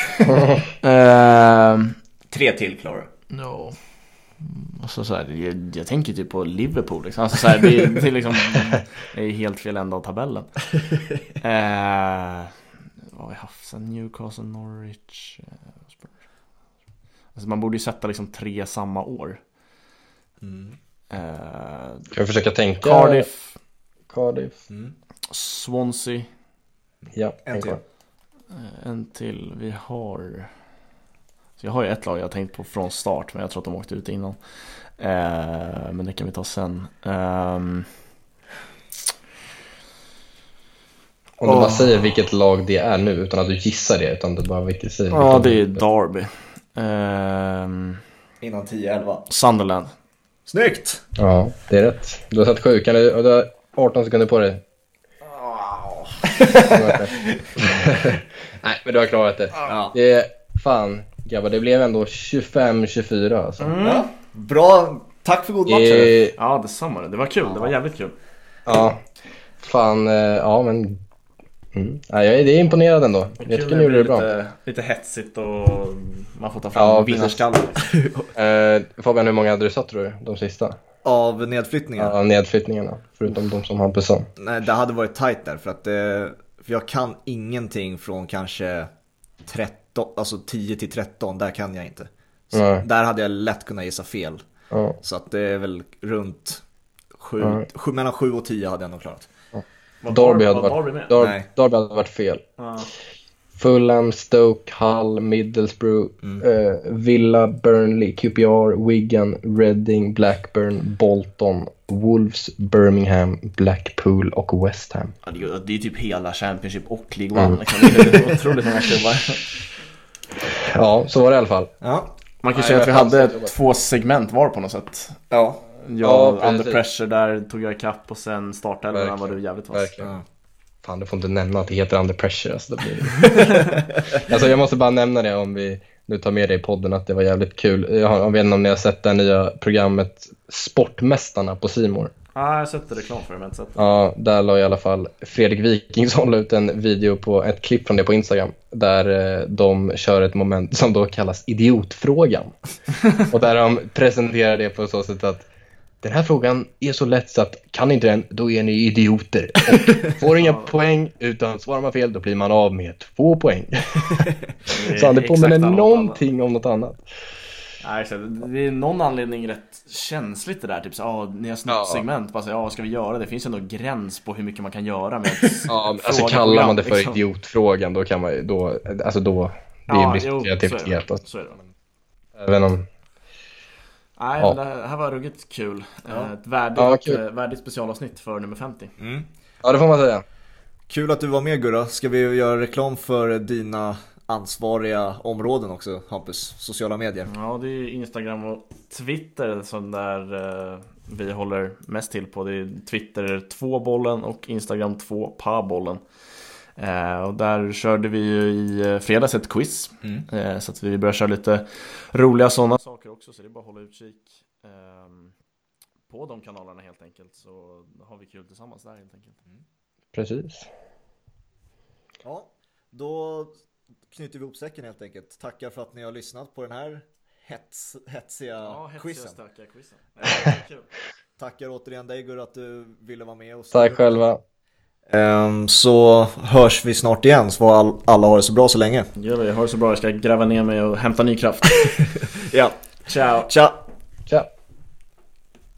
3 till klarar. No. Alltså så här, jag tänker typ på Liverpool liksom. Alltså så här, det är liksom det är helt fel ända av tabellen. Vad har vi haft sen? Newcastle, Norwich. Alltså man borde ju sätta liksom 3 samma år. Kan vi försöka tänka? Cardiff. Swansea. Ja, En till. En till. Vi har... Så jag har ju ett lag jag har tänkt på från start, men jag tror att de åkte ut innan. Men det kan vi ta sen. Om du bara säger vilket lag det är nu utan att du gissar det, utan du bara vilket säger. Ja, det är Derby. Innan 10-11. Sunderland. Snyggt! Ja, det är rätt. Du har satt 7, du har 18 sekunder på dig. Nej, men du har klarat det. Ja. Det är fan, grabbar, det blev ändå 25-24 alltså. Ja. Bra, tack för god match. Ja, detsamma. Det var kul, det var jävligt kul. Ja, fan, ja men ja, det är imponerad ändå. Jag tycker ni gjorde det bra. Lite hetsigt och man får ta fram Ja, vinnarskallar. Fabian, hur många hade du satt, tror du, de sista? Av nedflyttningar? Ja, nedflyttningarna, förutom de som Hampus sa. Nej, det hade varit tajt där för att för jag kan ingenting från kanske 13, alltså 10 till 13, där kan jag inte. Så där hade jag lätt kunnat gissa fel. Ja. Så att det är väl runt 7, mellan 7 och 10 hade jag nog klarat. Derby hade varit fel. Ja. Fulham, Stoke, Hull, Middlesbrough, Villa, Burnley, QPR, Wigan, Reading, Blackburn, Bolton, Wolves, Birmingham, Blackpool och West Ham. Ja, det är typ hela Championship och League One. Liksom. Det är otroligt många klubbar. Ja, så var det i alla fall. Ja. Man kan säga att vi hade 2 segment var på något sätt. Ja. Under pressure där tog jag ikapp och sen startade var du jävligt vass. Verkligen. Fan, du får inte nämna att det heter Under Pressure, alltså, då blir det... Alltså jag måste bara nämna det om vi nu tar med det i podden, att det var jävligt kul. Jag vet inte om ni har sett det nya programmet Sportmästarna på C More. Ja, jag sätter reklam för det, men inte. Ja, där la i alla fall Fredrik Wikingsson la ut en video på ett klipp från det på Instagram där de kör ett moment som då kallas idiotfrågan. Och där de presenterar det på så sätt att den här frågan är så lätt så att kan inte den, då är ni idioter. Och får inga poäng, utan svarar man fel, då blir man av med 2 poäng. Så han, det påminner någonting om något annat. Nej, det är någon anledning rätt känsligt det där. Typ så, ni har snabbt segment. Bara så, vad ska vi göra? Det finns ju ändå gräns på hur mycket man kan göra med alltså kallar man det för liksom idiotfrågan, då kan man ju, då, alltså då, det är en brist på kreativitet. Så är det. Även om... Nej, men det här var ruggigt kul. Ett värdigt specialavsnitt för nummer 50. Ja, det får man säga. Kul att du var med, Gurra. Ska vi göra reklam för dina ansvariga områden också, Hampus? Sociala medier. Ja, det är Instagram och Twitter som där vi håller mest till på. Det är Twitter 2bollen och Instagram 2pabollen. Och där körde vi ju i fredags ett quiz. Så att vi börjar köra lite roliga sådana saker också. Så det är bara att hålla utkik på de kanalerna helt enkelt. Så har vi kul tillsammans där helt enkelt. Precis. Ja, då knyter vi ihop säcken helt enkelt. Tackar för att ni har lyssnat på den här hetsiga quizen. Tackar återigen dig Gurra att du ville vara med. Tack själva. Så hörs vi snart igen. Så alla har det så bra så länge. Jag har det så bra, jag ska gräva ner mig och hämta ny kraft. Ja, ciao. Ciao.